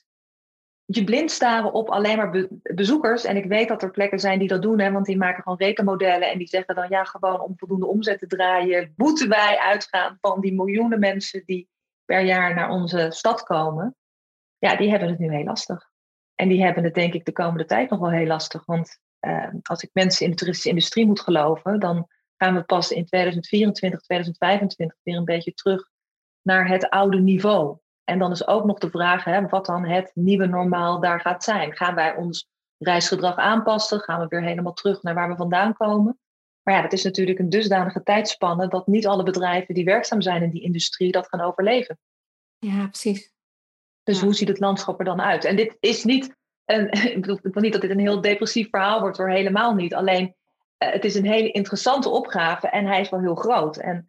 je blind staren op alleen maar be- bezoekers. En ik weet dat er plekken zijn die dat doen. Hè, want die maken gewoon rekenmodellen. En die zeggen dan, ja, gewoon om voldoende omzet te draaien, moeten wij uitgaan van die miljoenen mensen die per jaar naar onze stad komen. Ja, die hebben het nu heel lastig. En die hebben het denk ik de komende tijd nog wel heel lastig. Want uh, als ik mensen in de toeristische industrie moet geloven, dan gaan we pas in tweeduizend vierentwintig, tweeduizend vijfentwintig weer een beetje terug naar het oude niveau. En dan is ook nog de vraag, hè, wat dan het nieuwe normaal daar gaat zijn. Gaan wij ons reisgedrag aanpassen? Gaan we weer helemaal terug naar waar we vandaan komen? Maar ja, dat is natuurlijk een dusdanige tijdspanne dat niet alle bedrijven die werkzaam zijn in die industrie dat gaan overleven. Ja, precies. Dus ja. Hoe ziet het landschap er dan uit? En dit is niet, een, ik bedoel ik wil niet dat dit een heel depressief verhaal wordt, hoor, helemaal niet. Alleen, uh, het is een hele interessante opgave en hij is wel heel groot. En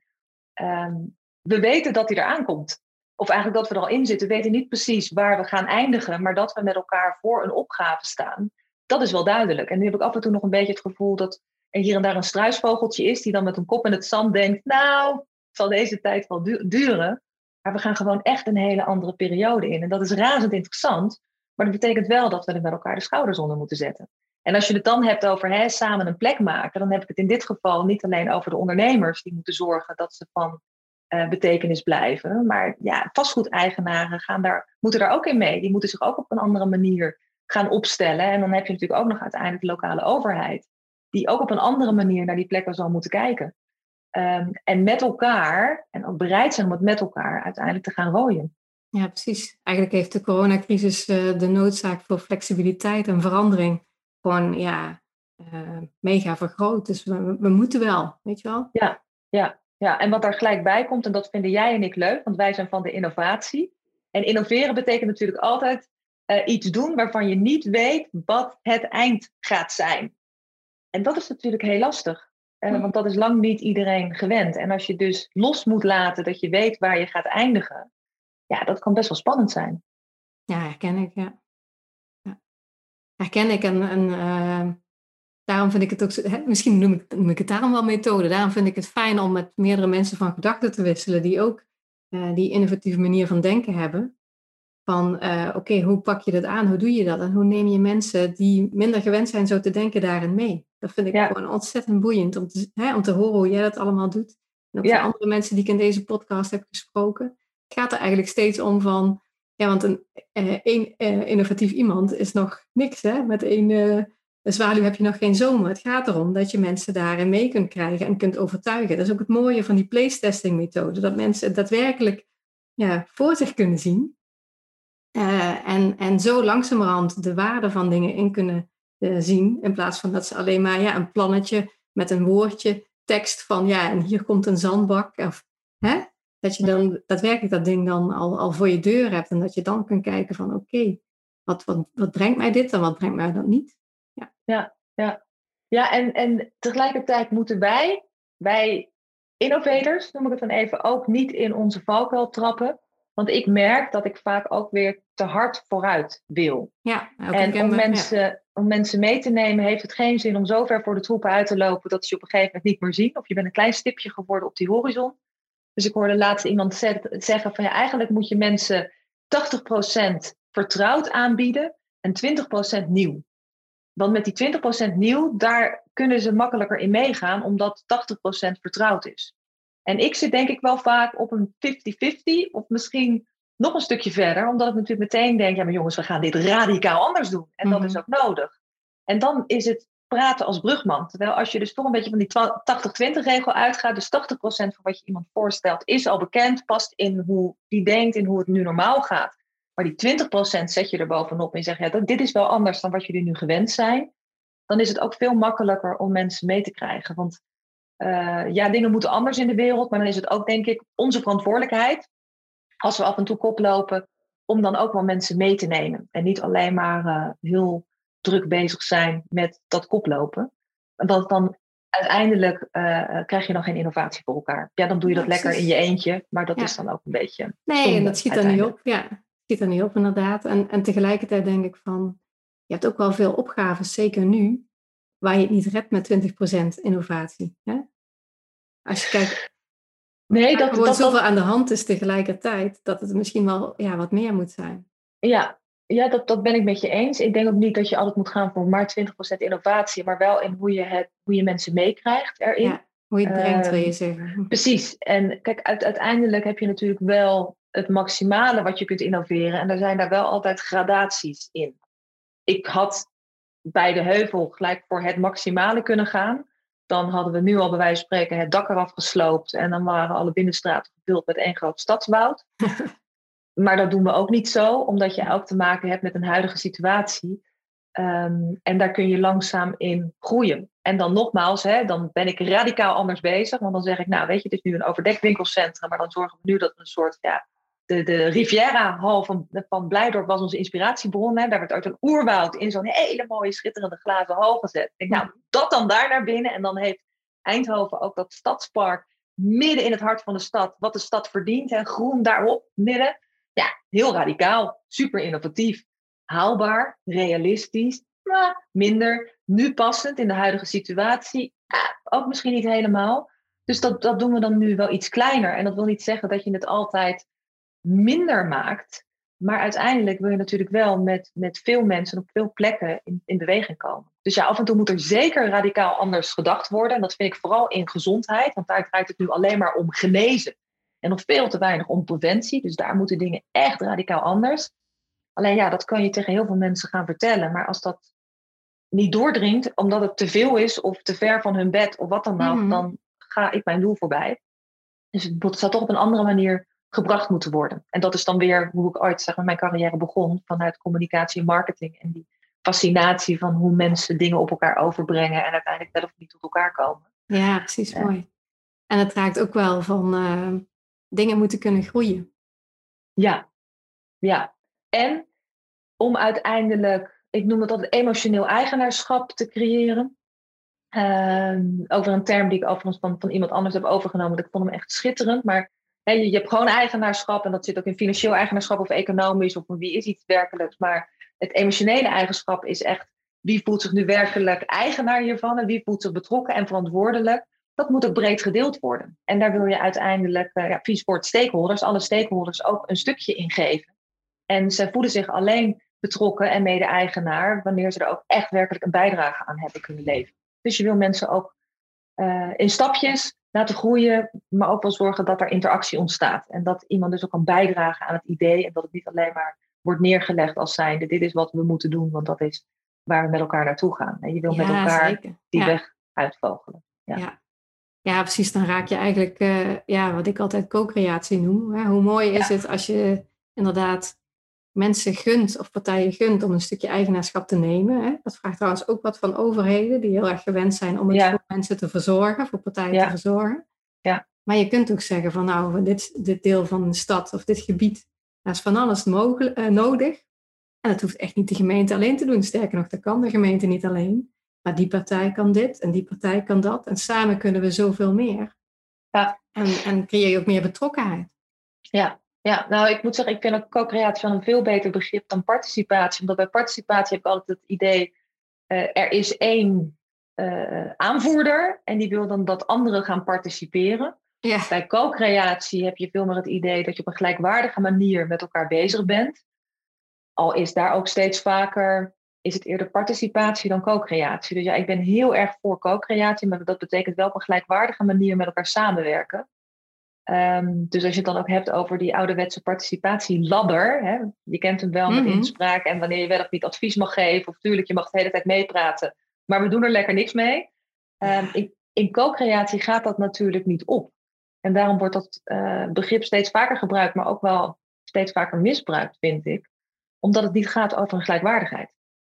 um, we weten dat hij eraan komt. Of eigenlijk dat we er al in zitten. We weten niet precies waar we gaan eindigen, maar dat we met elkaar voor een opgave staan, dat is wel duidelijk. En nu heb ik af en toe nog een beetje het gevoel dat er hier en daar een struisvogeltje is die dan met een kop in het zand denkt, nou, het zal deze tijd wel du- duren. Maar we gaan gewoon echt een hele andere periode in. En dat is razend interessant. Maar dat betekent wel dat we er met elkaar de schouders onder moeten zetten. En als je het dan hebt over hè, samen een plek maken, dan heb ik het in dit geval niet alleen over de ondernemers die moeten zorgen dat ze van uh, betekenis blijven. Maar ja, vastgoedeigenaren gaan daar, moeten daar ook in mee. Die moeten zich ook op een andere manier gaan opstellen. En dan heb je natuurlijk ook nog uiteindelijk de lokale overheid, die ook op een andere manier naar die plekken zal moeten kijken. Um, en met elkaar, en ook bereid zijn om het met elkaar uiteindelijk te gaan rooien. Ja, precies. Eigenlijk heeft de coronacrisis uh, de noodzaak voor flexibiliteit en verandering gewoon ja, uh, mega vergroot. Dus we, we moeten wel, weet je wel? Ja, ja, ja, en wat daar gelijk bij komt, en dat vinden jij en ik leuk, want wij zijn van de innovatie. En innoveren betekent natuurlijk altijd uh, iets doen waarvan je niet weet wat het eind gaat zijn. En dat is natuurlijk heel lastig. Uh, want dat is lang niet iedereen gewend. En als je dus los moet laten dat je weet waar je gaat eindigen, ja, dat kan best wel spannend zijn. Ja, herken ik, ja. ja. Herken ik en, en uh, daarom vind ik het ook, hè, misschien noem ik, noem ik het daarom wel methode. Daarom vind ik het fijn om met meerdere mensen van gedachten te wisselen die ook uh, die innovatieve manier van denken hebben. Van, uh, oké, okay, hoe pak je dat aan? Hoe doe je dat? En hoe neem je mensen die minder gewend zijn zo te denken daarin mee? Dat vind ik ja. gewoon ontzettend boeiend om te, hè, om te horen hoe jij dat allemaal doet. En ook ja. van andere mensen die ik in deze podcast heb gesproken. Het gaat er eigenlijk steeds om van, ja, want een, uh, een uh, innovatief iemand is nog niks, hè? Met één uh, de zwaluw heb je nog geen zomer. Het gaat erom dat je mensen daarin mee kunt krijgen en kunt overtuigen. Dat is ook het mooie van die place-testing methode. Dat mensen het daadwerkelijk ja, voor zich kunnen zien. Uh, en, en zo langzamerhand de waarde van dingen in kunnen uh, zien. In plaats van dat ze alleen maar ja, een plannetje met een woordje, tekst van ja, en hier komt een zandbak. Of, hè? Dat je dan daadwerkelijk dat ding dan al, al voor je deur hebt. En dat je dan kunt kijken van oké, okay, wat, wat, wat brengt mij dit en wat brengt mij dat niet? Ja, ja, ja. ja en, en tegelijkertijd moeten wij, wij innovators, noem ik het dan even, ook niet in onze valkuil trappen. Want ik merk dat ik vaak ook weer te hard vooruit wil. Ja, en om mensen, ja. om mensen mee te nemen heeft het geen zin om zo ver voor de troepen uit te lopen dat ze je op een gegeven moment niet meer zien. Of je bent een klein stipje geworden op die horizon. Dus ik hoorde laatst iemand zeggen van ja, eigenlijk moet je mensen tachtig procent vertrouwd aanbieden en twintig procent nieuw. Want met die twintig procent nieuw, daar kunnen ze makkelijker in meegaan, omdat tachtig procent vertrouwd is. En ik zit denk ik wel vaak op een vijftig vijftig of misschien nog een stukje verder, omdat ik natuurlijk meteen denk, ja maar jongens, we gaan dit radicaal anders doen. En dat mm-hmm. is ook nodig. En dan is het praten als brugman. Terwijl als je dus toch een beetje van die tachtig twintig regel uitgaat, dus tachtig procent van wat je iemand voorstelt is al bekend, past in hoe die denkt, in hoe het nu normaal gaat. Maar die twintig procent zet je er bovenop en je zegt, ja, dit is wel anders dan wat jullie nu gewend zijn. Dan is het ook veel makkelijker om mensen mee te krijgen. Want uh, ja, dingen moeten anders in de wereld, maar dan is het ook, denk ik, onze verantwoordelijkheid, als we af en toe koplopen, om dan ook wel mensen mee te nemen. En niet alleen maar uh, heel druk bezig zijn met dat koplopen. Want dan uiteindelijk uh, krijg je dan geen innovatie voor elkaar. Ja, dan doe je dat ja, lekker in je eentje, maar dat ja. is dan ook een beetje Nee, en dat schiet er niet op, ja. Schiet er niet op, inderdaad. En, en tegelijkertijd denk ik van, je hebt ook wel veel opgaven, zeker nu, waar je het niet redt met twintig procent innovatie. Hè? Als je kijkt, nee, dat, er wordt dat, zoveel dat, aan de hand is tegelijkertijd, dat het misschien wel ja, wat meer moet zijn. Ja, ja dat, dat ben ik met je eens. Ik denk ook niet dat je altijd moet gaan voor maar twintig procent innovatie, maar wel in hoe je, het, hoe je mensen meekrijgt erin. Ja, hoe je het brengt, um, wil je zeggen. Precies. En kijk, uit, uiteindelijk heb je natuurlijk wel het maximale wat je kunt innoveren. En er zijn daar wel altijd gradaties in. Ik had bij de heuvel gelijk voor het maximale kunnen gaan. Dan hadden we nu al bij wijze van spreken het dak eraf gesloopt. En dan waren alle binnenstraten gevuld met één groot stadswoud. Maar dat doen we ook niet zo. Omdat je ook te maken hebt met een huidige situatie. Um, en daar kun je langzaam in groeien. En dan nogmaals, hè, dan ben ik radicaal anders bezig. Want dan zeg ik, nou weet je, het is nu een overdekt winkelcentrum. Maar dan zorgen we nu dat we een soort... ja, De, de Riviera-hal van, van Blijdorp was onze inspiratiebron. Hè. Daar werd uit een oerwoud in zo'n hele mooie, schitterende glazen hal gezet. Ik denk, nou, dat dan daar naar binnen. En dan heeft Eindhoven ook dat stadspark midden in het hart van de stad. Wat de stad verdient. Hè. Groen daarop, midden. Ja, heel radicaal. Super innovatief. Haalbaar, realistisch. Maar minder nu passend in de huidige situatie. Ja, ook misschien niet helemaal. Dus dat, dat doen we dan nu wel iets kleiner. En dat wil niet zeggen dat je het altijd minder maakt. Maar uiteindelijk wil je natuurlijk wel met, met veel mensen op veel plekken in, in beweging komen. Dus ja, af en toe moet er zeker radicaal anders gedacht worden. En dat vind ik vooral in gezondheid. Want daar draait het nu alleen maar om genezen. En nog veel te weinig om preventie. Dus daar moeten dingen echt radicaal anders. Alleen ja, dat kan je tegen heel veel mensen gaan vertellen. Maar als dat niet doordringt, omdat het te veel is of te ver van hun bed of wat dan ook, mm-hmm. dan ga ik mijn doel voorbij. Dus het zou toch op een andere manier gebracht moeten worden. En dat is dan weer hoe ik ooit zeg maar, mijn carrière begon. Vanuit communicatie en marketing. En die fascinatie van hoe mensen dingen op elkaar overbrengen. En uiteindelijk wel of niet tot elkaar komen. Ja, precies. Uh, mooi. En het raakt ook wel van uh, dingen moeten kunnen groeien. Ja. Ja. En om uiteindelijk, ik noem het altijd emotioneel eigenaarschap te creëren. Uh, over een term die ik overigens van, van iemand anders heb overgenomen. Ik vond hem echt schitterend. Maar he, je, je hebt gewoon eigenaarschap. En dat zit ook in financieel eigenaarschap of economisch. Of wie is iets werkelijks. Maar het emotionele eigenschap is echt. Wie voelt zich nu werkelijk eigenaar hiervan. En wie voelt zich betrokken en verantwoordelijk. Dat moet ook breed gedeeld worden. En daar wil je uiteindelijk uh, ja, Viesport stakeholders. Alle stakeholders ook een stukje in geven. En ze voelen zich alleen betrokken en mede-eigenaar. Wanneer ze er ook echt werkelijk een bijdrage aan hebben kunnen leveren. Dus je wil mensen ook uh, in stapjes laten groeien, maar ook wel zorgen dat er interactie ontstaat. En dat iemand dus ook kan bijdragen aan het idee en dat het niet alleen maar wordt neergelegd als zijnde, dit is wat we moeten doen, want dat is waar we met elkaar naartoe gaan. En je wil Ja, met elkaar zeker. die Ja. weg uitvogelen. Ja. Ja. Ja, precies. Dan raak je eigenlijk, uh, ja, wat ik altijd co-creatie noem. Hè? Hoe mooi is ja. het als je inderdaad mensen gunt of partijen gunt om een stukje eigenaarschap te nemen. Hè? Dat vraagt trouwens ook wat van overheden die heel erg gewend zijn om het ja. voor mensen te verzorgen, voor partijen ja. te verzorgen. Ja. Maar je kunt ook zeggen van nou, dit, dit deel van de stad of dit gebied, daar is van alles mogelijk, uh, nodig. En dat hoeft echt niet de gemeente alleen te doen. Sterker nog, dat kan de gemeente niet alleen. Maar die partij kan dit en die partij kan dat. En samen kunnen we zoveel meer. Ja. En, en creëer je ook meer betrokkenheid. Ja. Ja, nou ik moet zeggen, ik vind ook co-creatie wel een veel beter begrip dan participatie. Omdat bij participatie heb ik altijd het idee, uh, er is één uh, aanvoerder en die wil dan dat anderen gaan participeren. Ja. Bij co-creatie heb je veel meer het idee dat je op een gelijkwaardige manier met elkaar bezig bent. Al is daar ook steeds vaker, is het eerder participatie dan co-creatie. Dus ja, ik ben heel erg voor co-creatie, maar dat betekent wel op een gelijkwaardige manier met elkaar samenwerken. Um, dus als je het dan ook hebt over die ouderwetse participatieladder, hè, je kent hem wel met mm-hmm. inspraak en wanneer je wel of niet advies mag geven, of tuurlijk, je mag de hele tijd meepraten, maar we doen er lekker niks mee. Um, in, in co-creatie gaat dat natuurlijk niet op. En daarom wordt dat uh, begrip steeds vaker gebruikt, maar ook wel steeds vaker misbruikt, vind ik. Omdat het niet gaat over een gelijkwaardigheid.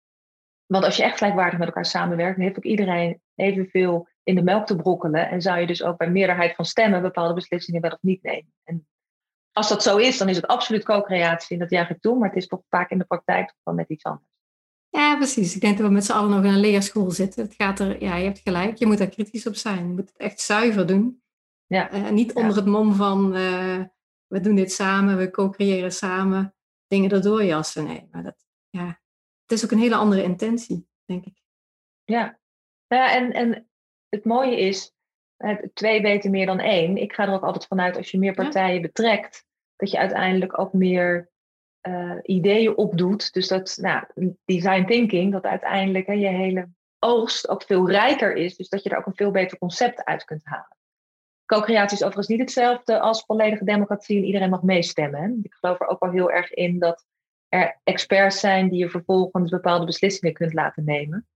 Want als je echt gelijkwaardig met elkaar samenwerkt, dan heeft ook iedereen evenveel in de melk te brokkelen. En zou je dus ook bij meerderheid van stemmen bepaalde beslissingen wel of niet nemen. En als dat zo is, dan is het absoluut co-creatie en dat juich ik toe. Maar het is toch vaak in de praktijk toch wel net iets anders. Ja, precies. Ik denk dat we met z'n allen nog in een leerschool zitten. Het gaat er, ja, je hebt gelijk. Je moet daar kritisch op zijn. Je moet het echt zuiver doen. Ja. Uh, niet onder ja. het mom van, uh, we doen dit samen, we co-creëren samen. Dingen erdoor jassen. Nee, maar dat, ja, het is ook een hele andere intentie, denk ik. Ja, ja en, en het mooie is, twee weten meer dan één. Ik ga er ook altijd vanuit, als je meer partijen ja. betrekt, dat je uiteindelijk ook meer uh, ideeën opdoet. Dus dat, nou, design thinking, dat uiteindelijk hè, je hele oogst ook veel rijker is. Dus dat je er ook een veel beter concept uit kunt halen. Co-creatie is overigens niet hetzelfde als volledige democratie en iedereen mag meestemmen. Hè? Ik geloof er ook wel heel erg in dat er experts zijn die je vervolgens bepaalde beslissingen kunt laten nemen.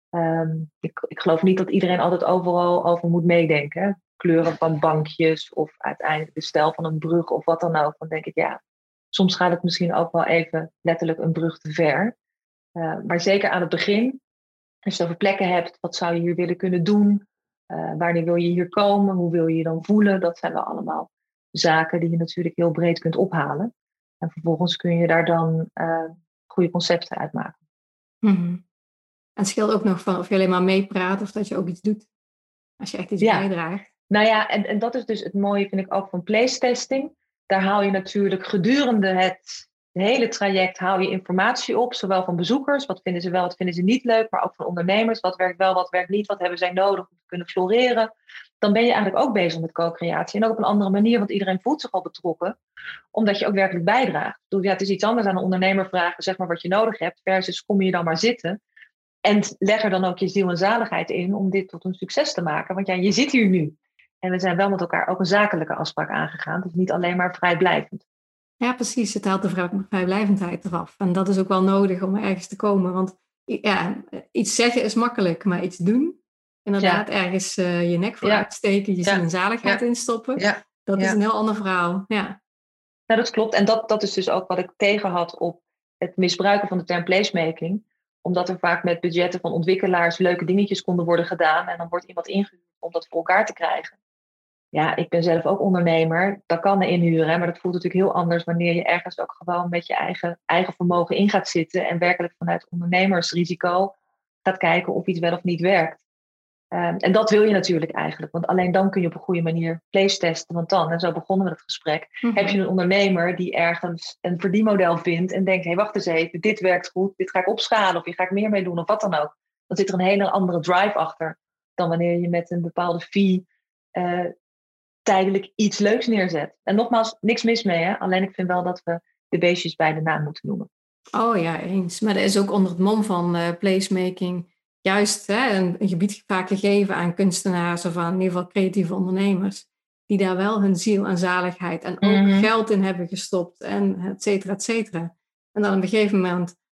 Um, ik, ik geloof niet dat iedereen altijd overal over moet meedenken. Hè? Kleuren van bankjes of uiteindelijk de stijl van een brug of wat dan ook. Dan denk ik, ja, soms gaat het misschien ook wel even letterlijk een brug te ver. Uh, maar zeker aan het begin, als je over plekken hebt, wat zou je hier willen kunnen doen? Uh, wanneer wil je hier komen? Hoe wil je je dan voelen? Dat zijn wel allemaal zaken die je natuurlijk heel breed kunt ophalen. En vervolgens kun je daar dan uh, goede concepten uitmaken. Mm-hmm. En het scheelt ook nog van of je alleen maar meepraat of dat je ook iets doet. Als je echt iets ja. bijdraagt. Nou ja, en, en dat is dus het mooie, vind ik ook van place testing. Daar haal je natuurlijk gedurende het hele traject haal je informatie op. Zowel van bezoekers, wat vinden ze wel, wat vinden ze niet leuk. Maar ook van ondernemers, wat werkt wel, wat werkt niet. Wat hebben zij nodig om te kunnen floreren. Dan ben je eigenlijk ook bezig met co-creatie. En ook op een andere manier, want iedereen voelt zich al betrokken. Omdat je ook werkelijk bijdraagt. Dus ja, het is iets anders aan een ondernemer vragen, zeg maar wat je nodig hebt. Versus kom je dan maar zitten. En leg er dan ook je ziel en zaligheid in om dit tot een succes te maken. Want ja, je zit hier nu. En we zijn wel met elkaar ook een zakelijke afspraak aangegaan. Dus niet alleen maar vrijblijvend. Ja, precies. Het haalt de vrijblijvendheid eraf. En dat is ook wel nodig om ergens te komen. Want ja, iets zeggen is makkelijk, maar iets doen. Inderdaad, ja. ergens uh, je nek voor ja. uitsteken, je ja. ziel en zaligheid ja. instoppen. Ja. Dat ja. is een heel ander verhaal. Ja. Nou, dat klopt. En dat, dat is dus ook wat ik tegen had op het misbruiken van de term placemaking. Omdat er vaak met budgetten van ontwikkelaars leuke dingetjes konden worden gedaan. En dan wordt iemand ingehuurd om dat voor elkaar te krijgen. Ja, ik ben zelf ook ondernemer. Dat kan er inhuren, maar dat voelt natuurlijk heel anders wanneer je ergens ook gewoon met je eigen, eigen vermogen in gaat zitten. En werkelijk vanuit ondernemersrisico gaat kijken of iets wel of niet werkt. Um, en dat wil je natuurlijk eigenlijk. Want alleen dan kun je op een goede manier place testen. Want dan, en zo begonnen we het gesprek, mm-hmm. heb je een ondernemer die ergens een verdienmodel vindt en denkt, hé, hey, wacht eens even, dit werkt goed, dit ga ik opschalen of hier ga ik meer mee doen of wat dan ook. Dan zit er een hele andere drive achter dan wanneer je met een bepaalde fee uh, tijdelijk iets leuks neerzet. En nogmaals, niks mis mee, hè? Alleen ik vind wel dat we de beestjes bij de naam moeten noemen. Oh ja, eens. Maar dat is ook onder het mom van uh, placemaking juist hè, een, een gebied vaak gegeven aan kunstenaars of aan in ieder geval creatieve ondernemers. Die daar wel hun ziel en zaligheid en ook mm-hmm. geld in hebben gestopt en et cetera, et cetera. En dan op een gegeven moment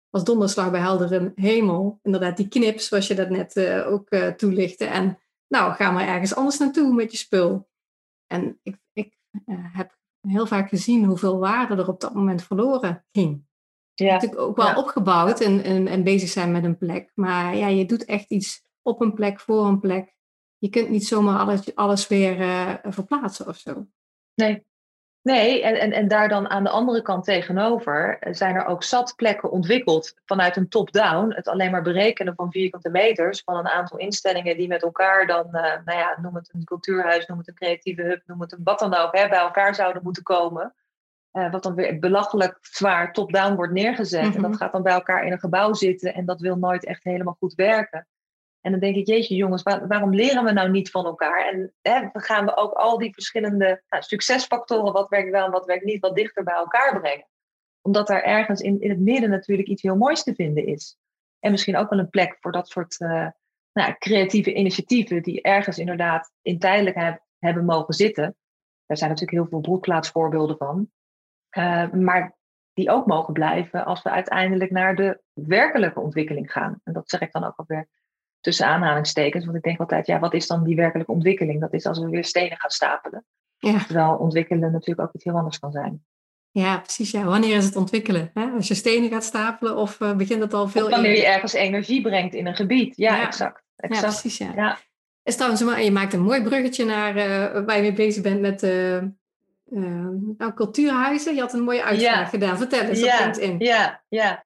als donderslag bij heldere hemel. Inderdaad, die knip, zoals je dat net uh, ook uh, toelichtte. En nou, ga maar ergens anders naartoe met je spul. En ik, ik uh, heb heel vaak gezien hoeveel waarde er op dat moment verloren ging. Ja. Natuurlijk ook wel ja. opgebouwd en, en, en bezig zijn met een plek. Maar ja, je doet echt iets op een plek, voor een plek. Je kunt niet zomaar alles, alles weer uh, verplaatsen of zo. Nee. Nee, en, en, en daar dan aan de andere kant tegenover zijn er ook zat plekken ontwikkeld vanuit een top-down. Het alleen maar berekenen van vierkante meters van een aantal instellingen die met elkaar dan, uh, nou ja, noem het een cultuurhuis, noem het een creatieve hub, noem het een wat dan ook, hè, bij elkaar zouden moeten komen. Uh, wat dan weer belachelijk zwaar top-down wordt neergezet. Mm-hmm. En dat gaat dan bij elkaar in een gebouw zitten en dat wil nooit echt helemaal goed werken. En dan denk ik, jeetje jongens, waar, waarom leren we nou niet van elkaar? En hè, dan gaan we ook al die verschillende nou, succesfactoren, wat werkt wel en wat werkt niet, wat dichter bij elkaar brengen. Omdat daar ergens in, in het midden natuurlijk iets heel moois te vinden is. En misschien ook wel een plek voor dat soort uh, nou, creatieve initiatieven die ergens inderdaad in tijdelijkheid hebben mogen zitten. Daar zijn natuurlijk heel veel broedplaatsvoorbeelden van. Uh, maar die ook mogen blijven als we uiteindelijk naar de werkelijke ontwikkeling gaan. En dat zeg ik dan ook alweer tussen aanhalingstekens. Want ik denk altijd, ja, wat is dan die werkelijke ontwikkeling? Dat is als we weer stenen gaan stapelen. Ja. Terwijl ontwikkelen natuurlijk ook iets heel anders kan zijn. Ja, precies. Ja. Wanneer is het ontwikkelen? Hè? Als je stenen gaat stapelen of uh, begint het al veel... Of wanneer je ergens energie brengt in een gebied. Ja, ja. exact. exact. Ja, precies. Ja. Ja. Is trouwens, je maakt een mooi bruggetje naar uh, waar je mee bezig bent met uh, uh, nou, cultuurhuizen. Je had een mooie uitspraak ja. gedaan. Vertel eens ja. op LinkedIn. Ja, ja.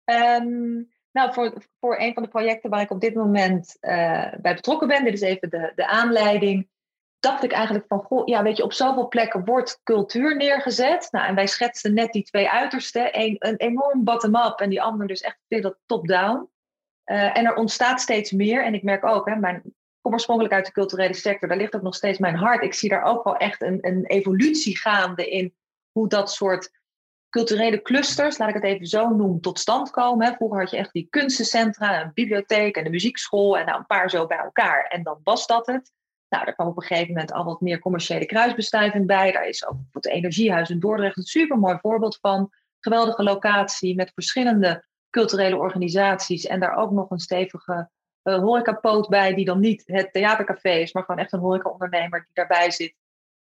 Um, nou, voor, voor een van de projecten waar ik op dit moment uh, bij betrokken ben, dit is even de, de aanleiding, dacht ik eigenlijk van, goh, ja, weet je, op zoveel plekken wordt cultuur neergezet. Nou, en wij schetsten net die twee uitersten. Een, een enorm bottom-up en die ander dus echt weer dat top-down. Uh, en er ontstaat steeds meer. En ik merk ook, hè, mijn, ik kom oorspronkelijk uit de culturele sector, daar ligt ook nog steeds mijn hart. Ik zie daar ook wel echt een, een evolutie gaande in hoe dat soort culturele clusters, laat ik het even zo noemen, tot stand komen. Hè. Vroeger had je echt die kunstencentra, een bibliotheek en de muziekschool en nou een paar zo bij elkaar. En dan was dat het. Nou, daar kwam op een gegeven moment al wat meer commerciële kruisbestuiving bij. Daar is ook het Energiehuis in Dordrecht een supermooi voorbeeld van. Geweldige locatie met verschillende culturele organisaties en daar ook nog een stevige uh, horecapoot bij, die dan niet het theatercafé is, maar gewoon echt een horecaondernemer die daarbij zit.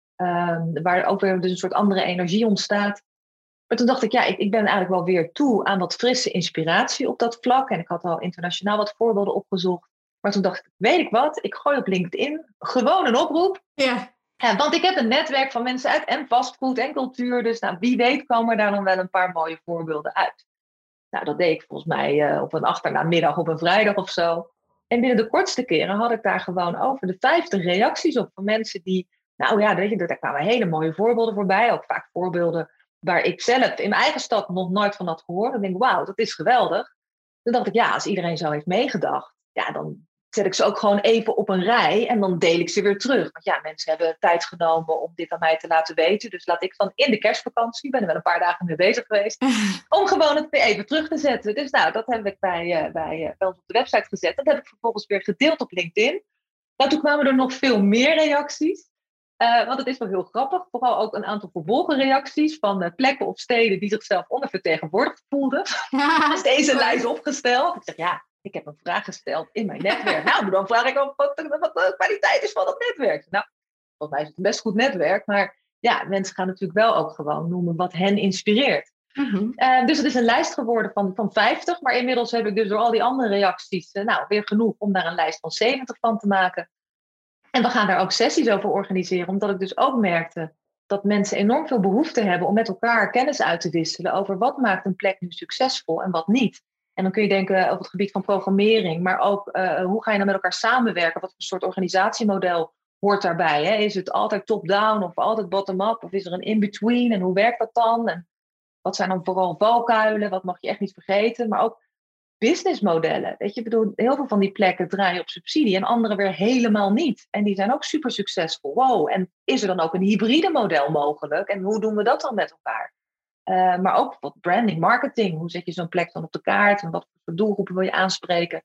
Um, waar ook weer dus een soort andere energie ontstaat. Maar toen dacht ik, ja, ik, ik ben eigenlijk wel weer toe aan wat frisse inspiratie op dat vlak. En ik had al internationaal wat voorbeelden opgezocht. Maar toen dacht ik, weet ik wat, ik gooi op LinkedIn gewoon een oproep. Ja. Ja, want ik heb een netwerk van mensen uit en vastgoed en cultuur. Dus nou, wie weet komen daar dan wel een paar mooie voorbeelden uit. Nou, dat deed ik volgens mij uh, op een achternamiddag op een vrijdag of zo. En binnen de kortste keren had ik daar gewoon over de vijftig reacties op van mensen die, nou ja, weet je, daar kwamen hele mooie voorbeelden voorbij. Ook vaak voorbeelden waar ik zelf in mijn eigen stad nog nooit van had gehoord. Dan denk ik, wauw, dat is geweldig. Toen dacht ik, ja, als iedereen zo heeft meegedacht, ja, dan zet ik ze ook gewoon even op een rij en dan deel ik ze weer terug. Want ja, mensen hebben tijd genomen om dit aan mij te laten weten. Dus laat ik dan in de kerstvakantie, ben er wel een paar dagen mee bezig geweest, om gewoon het weer even terug te zetten. Dus nou, dat heb ik bij, uh, bij, uh, bij ons op de website gezet. Dat heb ik vervolgens weer gedeeld op LinkedIn. Nou, toen kwamen er nog veel meer reacties. Uh, want het is wel heel grappig. Vooral ook een aantal vervolgen reacties van uh, plekken of steden die zichzelf ondervertegenwoordigd voelden. Ja, is deze lijst opgesteld. Ik zeg, ja, ik heb een vraag gesteld in mijn netwerk. Nou, dan vraag ik ook wat de, wat de kwaliteit is van dat netwerk. Nou, volgens mij is het een best goed netwerk. Maar ja, mensen gaan natuurlijk wel ook gewoon noemen wat hen inspireert. Mm-hmm. Uh, dus het is een lijst geworden van, van vijftig. Maar inmiddels heb ik dus door al die andere reacties, uh, nou, weer genoeg om daar een lijst van zeventig van te maken. En we gaan daar ook sessies over organiseren. Omdat ik dus ook merkte dat mensen enorm veel behoefte hebben om met elkaar kennis uit te wisselen over wat maakt een plek nu succesvol en wat niet. En dan kun je denken op het gebied van programmering, maar ook uh, hoe ga je dan met elkaar samenwerken? Wat voor soort organisatiemodel hoort daarbij? Hè? Is het altijd top-down of altijd bottom-up? Of is er een in-between? En hoe werkt dat dan? En wat zijn dan vooral valkuilen? Wat mag je echt niet vergeten? Maar ook businessmodellen. Weet je, ik bedoel, heel veel van die plekken draaien op subsidie en andere weer helemaal niet. En die zijn ook super succesvol. Wow, en is er dan ook een hybride model mogelijk? En hoe doen we dat dan met elkaar? Uh, maar ook wat branding, marketing. Hoe zet je zo'n plek dan op de kaart? En wat voor doelgroepen wil je aanspreken?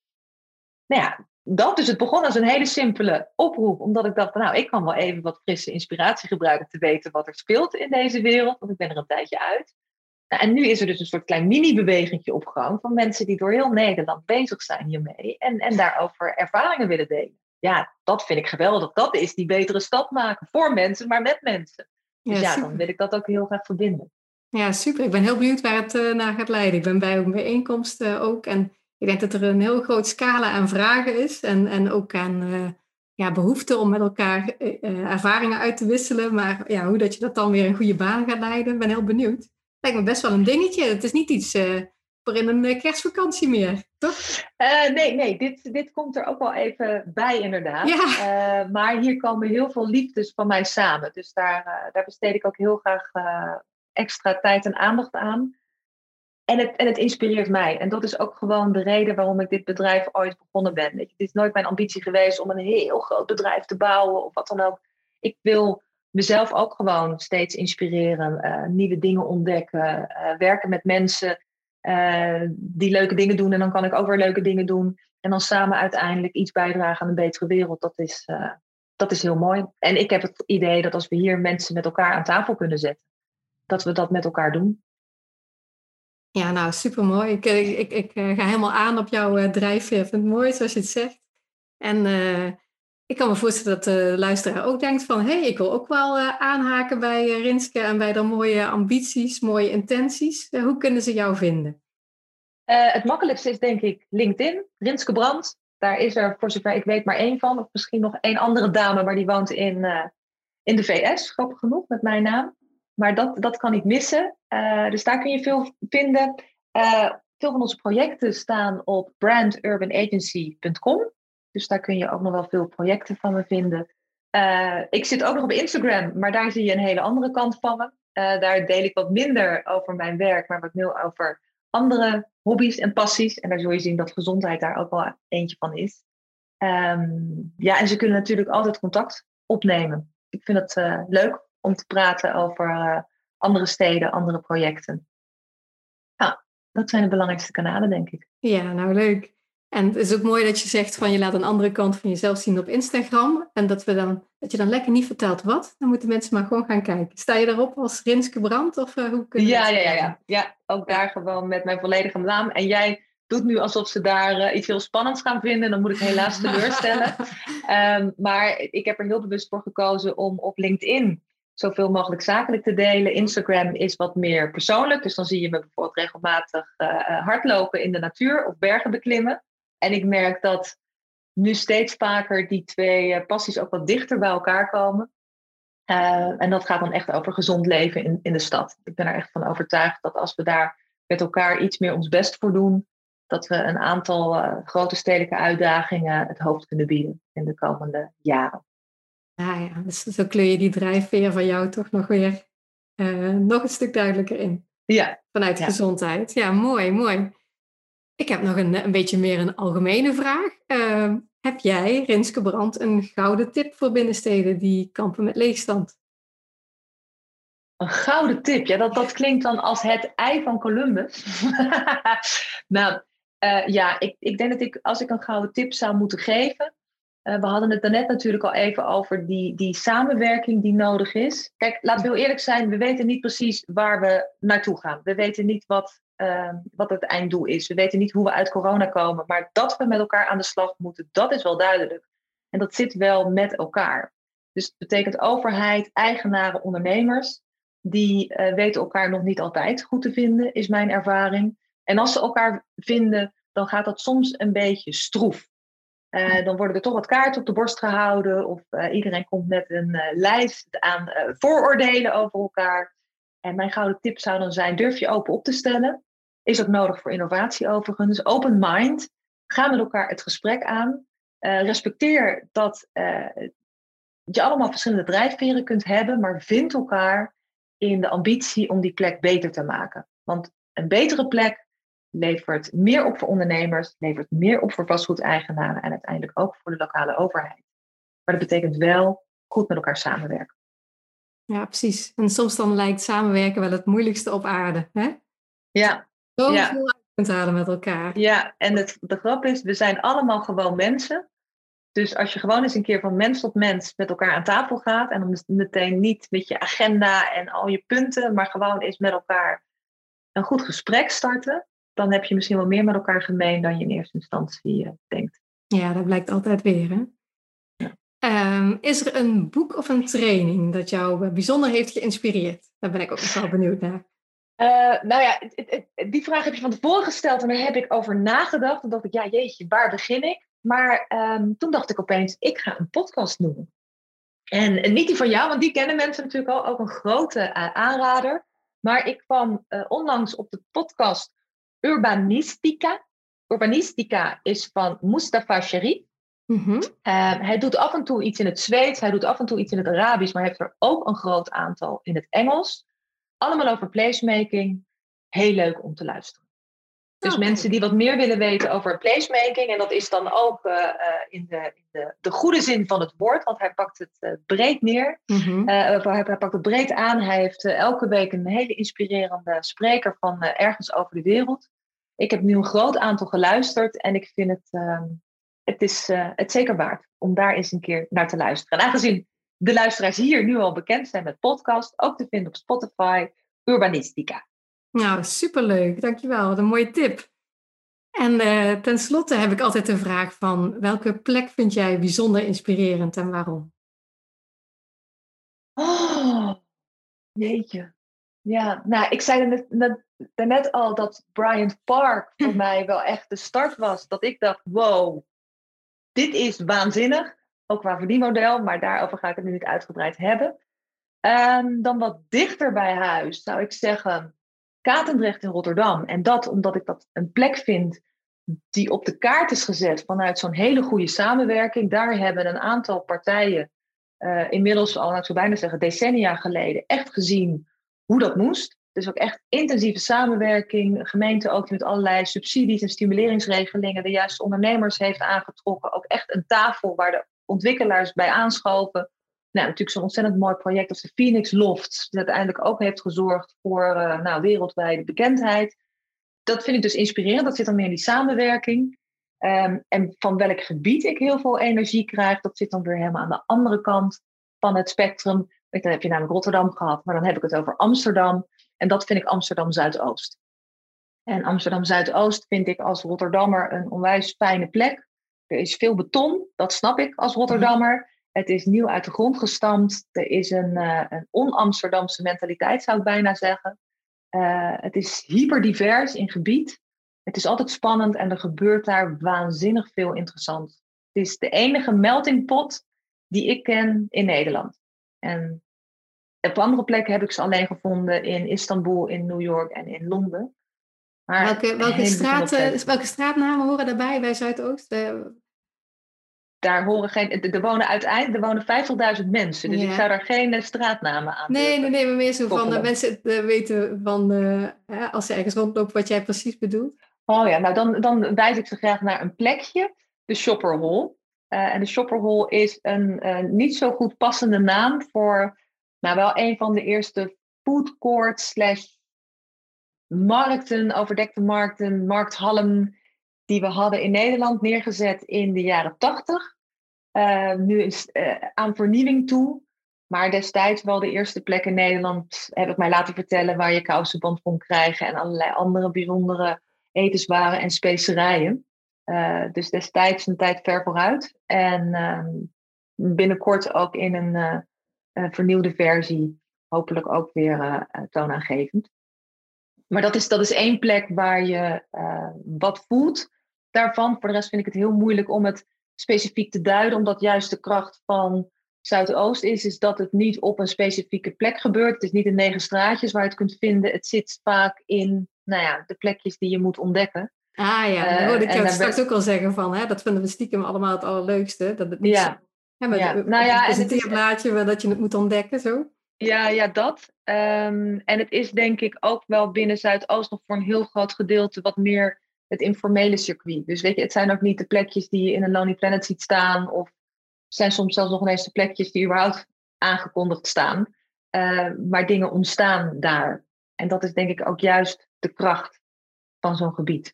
Nou ja, dat dus. Het begon als een hele simpele oproep. Omdat ik dacht, nou, ik kan wel even wat frisse inspiratie gebruiken te weten wat er speelt in deze wereld. Want ik ben er een tijdje uit. Nou, en nu is er dus een soort klein mini-bewegingje op gang van mensen die door heel Nederland bezig zijn hiermee en, en daarover ervaringen willen delen. Ja, dat vind ik geweldig. Dat is die betere stap maken voor mensen, maar met mensen. Dus Ja, ja, super. dan wil ik dat ook heel graag verbinden. Ja, super. Ik ben heel benieuwd waar het uh, naar gaat leiden. Ik ben bij een bijeenkomst uh, ook. En ik denk dat er een heel groot scala aan vragen is. En, en ook aan uh, ja, behoefte om met elkaar uh, ervaringen uit te wisselen. Maar ja, hoe dat je dat dan weer in goede baan gaat leiden, ik ben heel benieuwd. Lijkt me best wel een dingetje. Het is niet iets uh, voor in een uh, kerstvakantie meer, toch? Uh, nee, nee. Dit, dit komt er ook wel even bij inderdaad. Ja. Uh, maar hier komen heel veel liefdes van mij samen. Dus daar, uh, daar besteed ik ook heel graag uh, extra tijd en aandacht aan. En het, en het inspireert mij. En dat is ook gewoon de reden waarom ik dit bedrijf ooit begonnen ben. Het is nooit mijn ambitie geweest om een heel groot bedrijf te bouwen of wat dan ook. Ik wil mezelf ook gewoon steeds inspireren. Uh, nieuwe dingen ontdekken. Uh, werken met mensen uh, die leuke dingen doen. En dan kan ik ook weer leuke dingen doen. En dan samen uiteindelijk iets bijdragen aan een betere wereld. Dat is, uh, dat is heel mooi. En ik heb het idee dat als we hier mensen met elkaar aan tafel kunnen zetten. Dat we dat met elkaar doen. Ja, nou, supermooi. Ik, ik, ik, ik ga helemaal aan op jouw uh, drijfveer. Ik vind het mooi zoals je het zegt. En uh, ik kan me voorstellen dat de luisteraar ook denkt van... hé, hey, ik wil ook wel uh, aanhaken bij uh, Rinske en bij de mooie ambities, mooie intenties. Uh, hoe kunnen ze jou vinden? Uh, het makkelijkste is denk ik LinkedIn, Rinske Brandt. Daar is er voor zover ik weet maar één van. Of misschien nog één andere dame, maar die woont in, uh, in de V S. Grappig genoeg, met mijn naam. Maar dat, dat kan niet missen. Uh, dus daar kun je veel vinden. Uh, veel van onze projecten staan op brand urban agency punt com. Dus daar kun je ook nog wel veel projecten van me vinden. Uh, ik zit ook nog op Instagram, maar daar zie je een hele andere kant van me. Uh, daar deel ik wat minder over mijn werk, maar wat meer over andere hobby's en passies. En daar zul je zien dat gezondheid daar ook wel eentje van is. Um, ja, en ze kunnen natuurlijk altijd contact opnemen. Ik vind het uh, leuk om te praten over uh, andere steden, andere projecten. Nou, dat zijn de belangrijkste kanalen, denk ik. Ja, nou leuk. En het is ook mooi dat je zegt van je laat een andere kant van jezelf zien op Instagram. En dat, we dan, dat je dan lekker niet vertelt wat. Dan moeten mensen maar gewoon gaan kijken. Sta je daarop als Rinske Brandt? Of uh, hoe kunnen ja, ja, ja, ja, ja. Ook daar gewoon met mijn volledige naam. En jij doet nu alsof ze daar uh, iets heel spannends gaan vinden. Dan moet ik helaas teleurstellen. um, maar ik heb er heel bewust voor gekozen om op LinkedIn zoveel mogelijk zakelijk te delen. Instagram is wat meer persoonlijk. Dus dan zie je me bijvoorbeeld regelmatig uh, hardlopen in de natuur of bergen beklimmen. En ik merk dat nu steeds vaker die twee uh, passies ook wat dichter bij elkaar komen. Uh, en dat gaat dan echt over gezond leven in, in de stad. Ik ben er echt van overtuigd dat als we daar met elkaar iets meer ons best voor doen, dat we een aantal uh, grote stedelijke uitdagingen het hoofd kunnen bieden in de komende jaren. Ja, ja, dus zo kleur je die drijfveer van jou toch nog weer uh, nog een stuk duidelijker in. Ja. Vanuit ja. gezondheid. Ja, mooi, mooi. Ik heb nog een, een beetje meer een algemene vraag. Uh, heb jij, Rinske Brandt, een gouden tip voor binnensteden die kampen met leegstand? Een gouden tip? Ja, dat, dat klinkt dan als het ei van Columbus. nou, uh, ja, ik, ik denk dat ik, als ik een gouden tip zou moeten geven... Uh, we hadden het daarnet natuurlijk al even over die, die samenwerking die nodig is. Kijk, laten we heel eerlijk zijn, we weten niet precies waar we naartoe gaan. We weten niet wat, uh, wat het einddoel is. We weten niet hoe we uit corona komen. Maar dat we met elkaar aan de slag moeten, dat is wel duidelijk. En dat zit wel met elkaar. Dus het betekent overheid, eigenaren, ondernemers... die uh, weten elkaar nog niet altijd goed te vinden, is mijn ervaring. En als ze elkaar vinden, dan gaat dat soms een beetje stroef. Uh, dan worden er toch wat kaarten op de borst gehouden. Of uh, iedereen komt met een uh, lijst aan uh, vooroordelen over elkaar. En mijn gouden tip zou dan zijn, durf je open op te stellen. Is ook nodig voor innovatie overigens. Open mind. Ga met elkaar het gesprek aan. Uh, respecteer dat uh, je allemaal verschillende drijfveren kunt hebben. Maar vind elkaar in de ambitie om die plek beter te maken. Want een betere plek levert meer op voor ondernemers, levert meer op voor vastgoedeigenaren en uiteindelijk ook voor de lokale overheid. Maar dat betekent wel goed met elkaar samenwerken. Ja, precies. En soms dan lijkt samenwerken wel het moeilijkste op aarde. Hè? Ja. Zoveel ja. uit kunt halen met elkaar. Ja, en het, de grap is, we zijn allemaal gewoon mensen. Dus als je gewoon eens een keer van mens tot mens met elkaar aan tafel gaat en dan meteen niet met je agenda en al je punten, maar gewoon eens met elkaar een goed gesprek starten, dan heb je misschien wel meer met elkaar gemeen dan je in eerste instantie uh, denkt. Ja, dat blijkt altijd weer, hè? Um, is er een boek of een training dat jou bijzonder heeft geïnspireerd? Daar ben ik ook nog wel benieuwd naar. Uh, nou ja, het, het, het, die vraag heb je van tevoren gesteld en daar heb ik over nagedacht. En dacht ik, ja jeetje, waar begin ik? Maar um, toen dacht ik opeens, ik ga een podcast noemen. En, en niet die van jou, want die kennen mensen natuurlijk al, ook een grote uh, aanrader. Maar ik kwam uh, onlangs op de podcast Urbanistica. Urbanistica is van Mustafa Sherif. Mm-hmm. Uh, hij doet af en toe iets in het Zweeds, hij doet af en toe iets in het Arabisch, maar hij heeft er ook een groot aantal in het Engels. Allemaal over placemaking. Heel leuk om te luisteren. Dus okay. mensen die wat meer willen weten over placemaking, en dat is dan ook uh, uh, in, de, in de, de goede zin van het woord, want hij pakt het uh, breed neer. Mm-hmm. Uh, hij, hij pakt het breed aan. Hij heeft uh, elke week een hele inspirerende spreker van uh, ergens over de wereld. Ik heb nu een groot aantal geluisterd en ik vind het, uh, het is uh, het zeker waard om daar eens een keer naar te luisteren. En aangezien de luisteraars hier nu al bekend zijn met podcast, ook te vinden op Spotify, Urbanistica. Nou, superleuk. Dankjewel. Wat een mooie tip. En uh, tenslotte heb ik altijd de vraag van, welke plek vind jij bijzonder inspirerend en waarom? Oh, jeetje. Ja, nou, ik zei net, net, net al dat Bryant Park voor mij wel echt de start was. Dat ik dacht, wow, dit is waanzinnig. Ook qua verdienmodel, maar daarover ga ik het nu niet uitgebreid hebben. Um, dan wat dichter bij huis zou ik zeggen Katendrecht in Rotterdam. En dat omdat ik dat een plek vind die op de kaart is gezet vanuit zo'n hele goede samenwerking. Daar hebben een aantal partijen uh, inmiddels al, nou, ik zou bijna zeggen, decennia geleden echt gezien hoe dat moest. Dus ook echt intensieve samenwerking. Gemeente ook met allerlei subsidies en stimuleringsregelingen. De juiste ondernemers heeft aangetrokken. Ook echt een tafel waar de ontwikkelaars bij aanschoven. Nou, natuurlijk zo'n ontzettend mooi project als de Phoenix Loft. Die uiteindelijk ook heeft gezorgd voor uh, nou, wereldwijde bekendheid. Dat vind ik dus inspirerend. Dat zit dan meer in die samenwerking. Um, en van welk gebied ik heel veel energie krijg, dat zit dan weer helemaal aan de andere kant van het spectrum. Dan heb je namelijk Rotterdam gehad, maar dan heb ik het over Amsterdam. En dat vind ik Amsterdam Zuidoost. En Amsterdam Zuidoost vind ik als Rotterdammer een onwijs fijne plek. Er is veel beton, dat snap ik als Rotterdammer. Het is nieuw uit de grond gestampt. Er is een, uh, een on-Amsterdamse mentaliteit, zou ik bijna zeggen. Uh, het is hyperdivers in gebied. Het is altijd spannend en er gebeurt daar waanzinnig veel interessant. Het is de enige melting pot die ik ken in Nederland. En op andere plekken heb ik ze alleen gevonden in Istanbul, in New York en in Londen. Maar welke, welke, straat, welke straatnamen horen daarbij bij Zuidoost? Uh... Daar horen geen, er wonen uiteindelijk er wonen vijftigduizend mensen. Dus ja. Ik zou daar geen uh, straatnamen aan Nee, nee, nee, maar meer zo van de mensen uh, weten van uh, uh, als ze ergens rondlopen wat jij precies bedoelt. Oh ja, nou dan, dan wijs ik ze graag naar een plekje, de Shopper Hall. Uh, en de Shopper Hall is een uh, niet zo goed passende naam voor nou wel een van de eerste food courts slash markten, overdekte markten, markthallen die we hadden in Nederland neergezet in de jaren tachtig. Uh, nu is uh, aan vernieuwing toe. Maar destijds wel de eerste plek in Nederland, heb ik mij laten vertellen, waar je kousenband kon krijgen en allerlei andere bijzondere etenswaren en specerijen. Uh, dus destijds een tijd ver vooruit. En uh, binnenkort ook in een uh, uh, vernieuwde versie, hopelijk ook weer uh, toonaangevend. Maar dat is, dat is één plek waar je uh, wat voelt daarvan. Voor de rest vind ik het heel moeilijk om het specifiek te duiden, omdat juist de kracht van Zuidoost is, is dat het niet op een specifieke plek gebeurt. Het is niet in negen straatjes waar je het kunt vinden. Het zit vaak in nou ja, de plekjes die je moet ontdekken. Ah ja, dat hoorde ik jou uh, straks ook al zeggen van, hè, dat vinden we stiekem allemaal het allerleukste. Dat het niet ja. zo, hè, met ja. een nou ja, presenteerblaadje dat je het moet ontdekken, zo. Ja, ja, dat. Um, en het is denk ik ook wel binnen Zuidoost nog voor een heel groot gedeelte wat meer het informele circuit. Dus weet je, het zijn ook niet de plekjes die je in een Lonely Planet ziet staan, of zijn soms zelfs nog ineens de plekjes die überhaupt aangekondigd staan. Uh, maar dingen ontstaan daar. En dat is denk ik ook juist de kracht van zo'n gebied.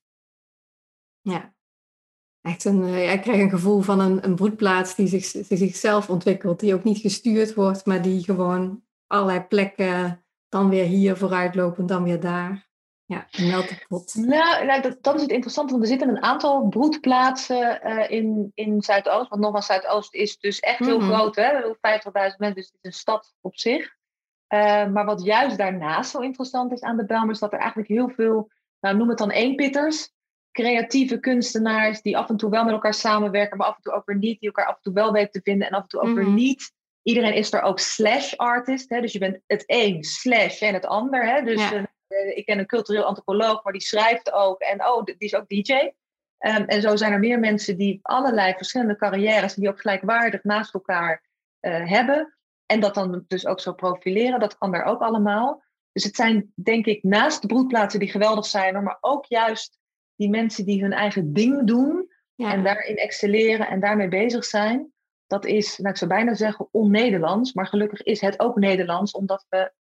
Ja, echt een, uh, ik krijg een gevoel van een, een broedplaats die, zich, die zichzelf ontwikkelt. Die ook niet gestuurd wordt, maar die gewoon allerlei plekken, dan weer hier vooruitlopend, dan weer daar. Ja, een meltpot. Nou, nou dat, dat is het interessante, want er zitten een aantal broedplaatsen uh, in, in Zuidoost. Want nogmaals, Zuidoost is dus echt heel mm-hmm. groot, hè? vijftigduizend mensen, dus het is een stad op zich. Uh, maar wat juist daarnaast zo interessant is aan de Bijlmer, is dat er eigenlijk heel veel, nou noem het dan eenpitters, creatieve kunstenaars die af en toe wel met elkaar samenwerken, maar af en toe ook weer niet, die elkaar af en toe wel weten te vinden en af en toe ook mm-hmm. weer niet. Iedereen is er ook slash artist, hè? Dus je bent het een slash en het ander. Hè? Dus ja. uh, ik ken een cultureel antropoloog, maar die schrijft ook en oh, die is ook D J. Um, en zo zijn er meer mensen die allerlei verschillende carrières, die ook gelijkwaardig naast elkaar uh, hebben. En dat dan dus ook zo profileren, dat kan daar ook allemaal. Dus het zijn, denk ik, naast de broedplaatsen die geweldig zijn, maar ook juist die mensen die hun eigen ding doen ja. en daarin excelleren en daarmee bezig zijn. Dat is, nou, ik zou bijna zeggen, on-Nederlands. Maar gelukkig is het ook Nederlands, omdat we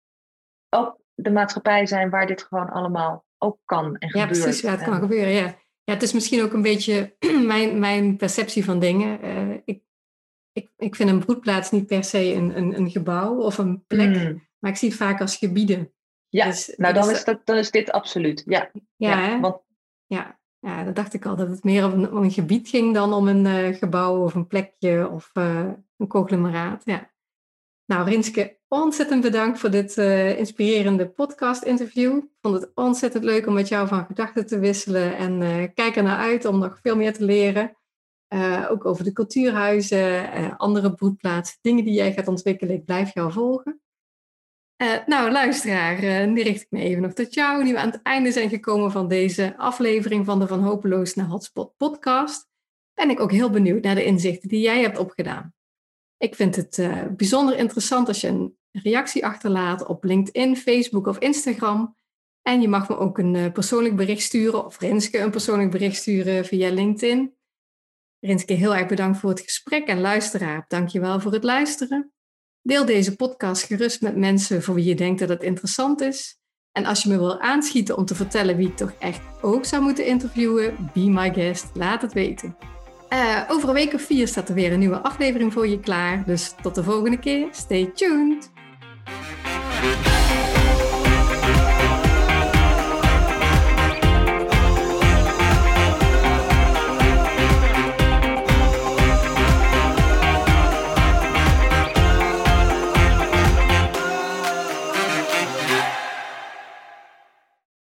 ook de maatschappij zijn waar dit gewoon allemaal ook kan en ja, gebeurt. Ja, precies, ja, het kan en... gebeuren, ja. Ja, het is misschien ook een beetje mijn, mijn perceptie van dingen. Uh, ik, ik, ik vind een broedplaats niet per se een, een, een gebouw of een plek, mm. maar ik zie het vaak als gebieden. Ja, dus, nou dan, dus, is dat, dan is dit absoluut, ja. Ja, ja, want... ja. Ja, dat dacht ik al, dat het meer om een, om een gebied ging dan om een uh, gebouw of een plekje of uh, een conglomeraat. Ja. Nou, Rinske, ontzettend bedankt voor dit uh, inspirerende podcast-interview. Ik vond het ontzettend leuk om met jou van gedachten te wisselen en uh, kijk er naar uit om nog veel meer te leren. Uh, ook over de cultuurhuizen, uh, andere broedplaatsen, dingen die jij gaat ontwikkelen. Ik blijf jou volgen. Uh, nou, luisteraar, uh, die richt ik me even nog tot jou. Nu we aan het einde zijn gekomen van deze aflevering van de Van Hopeloos naar Hotspot podcast, ben ik ook heel benieuwd naar de inzichten die jij hebt opgedaan. Ik vind het uh, bijzonder interessant als je een reactie achterlaat op LinkedIn, Facebook of Instagram. En je mag me ook een uh, persoonlijk bericht sturen of Rinske een persoonlijk bericht sturen via LinkedIn. Rinske, heel erg bedankt voor het gesprek en luisteraar, dank je wel voor het luisteren. Deel deze podcast gerust met mensen voor wie je denkt dat het interessant is. En als je me wil aanschieten om te vertellen wie ik toch echt ook zou moeten interviewen, be my guest, laat het weten. Uh, over een week of vier staat er weer een nieuwe aflevering voor je klaar. Dus tot de volgende keer. Stay tuned!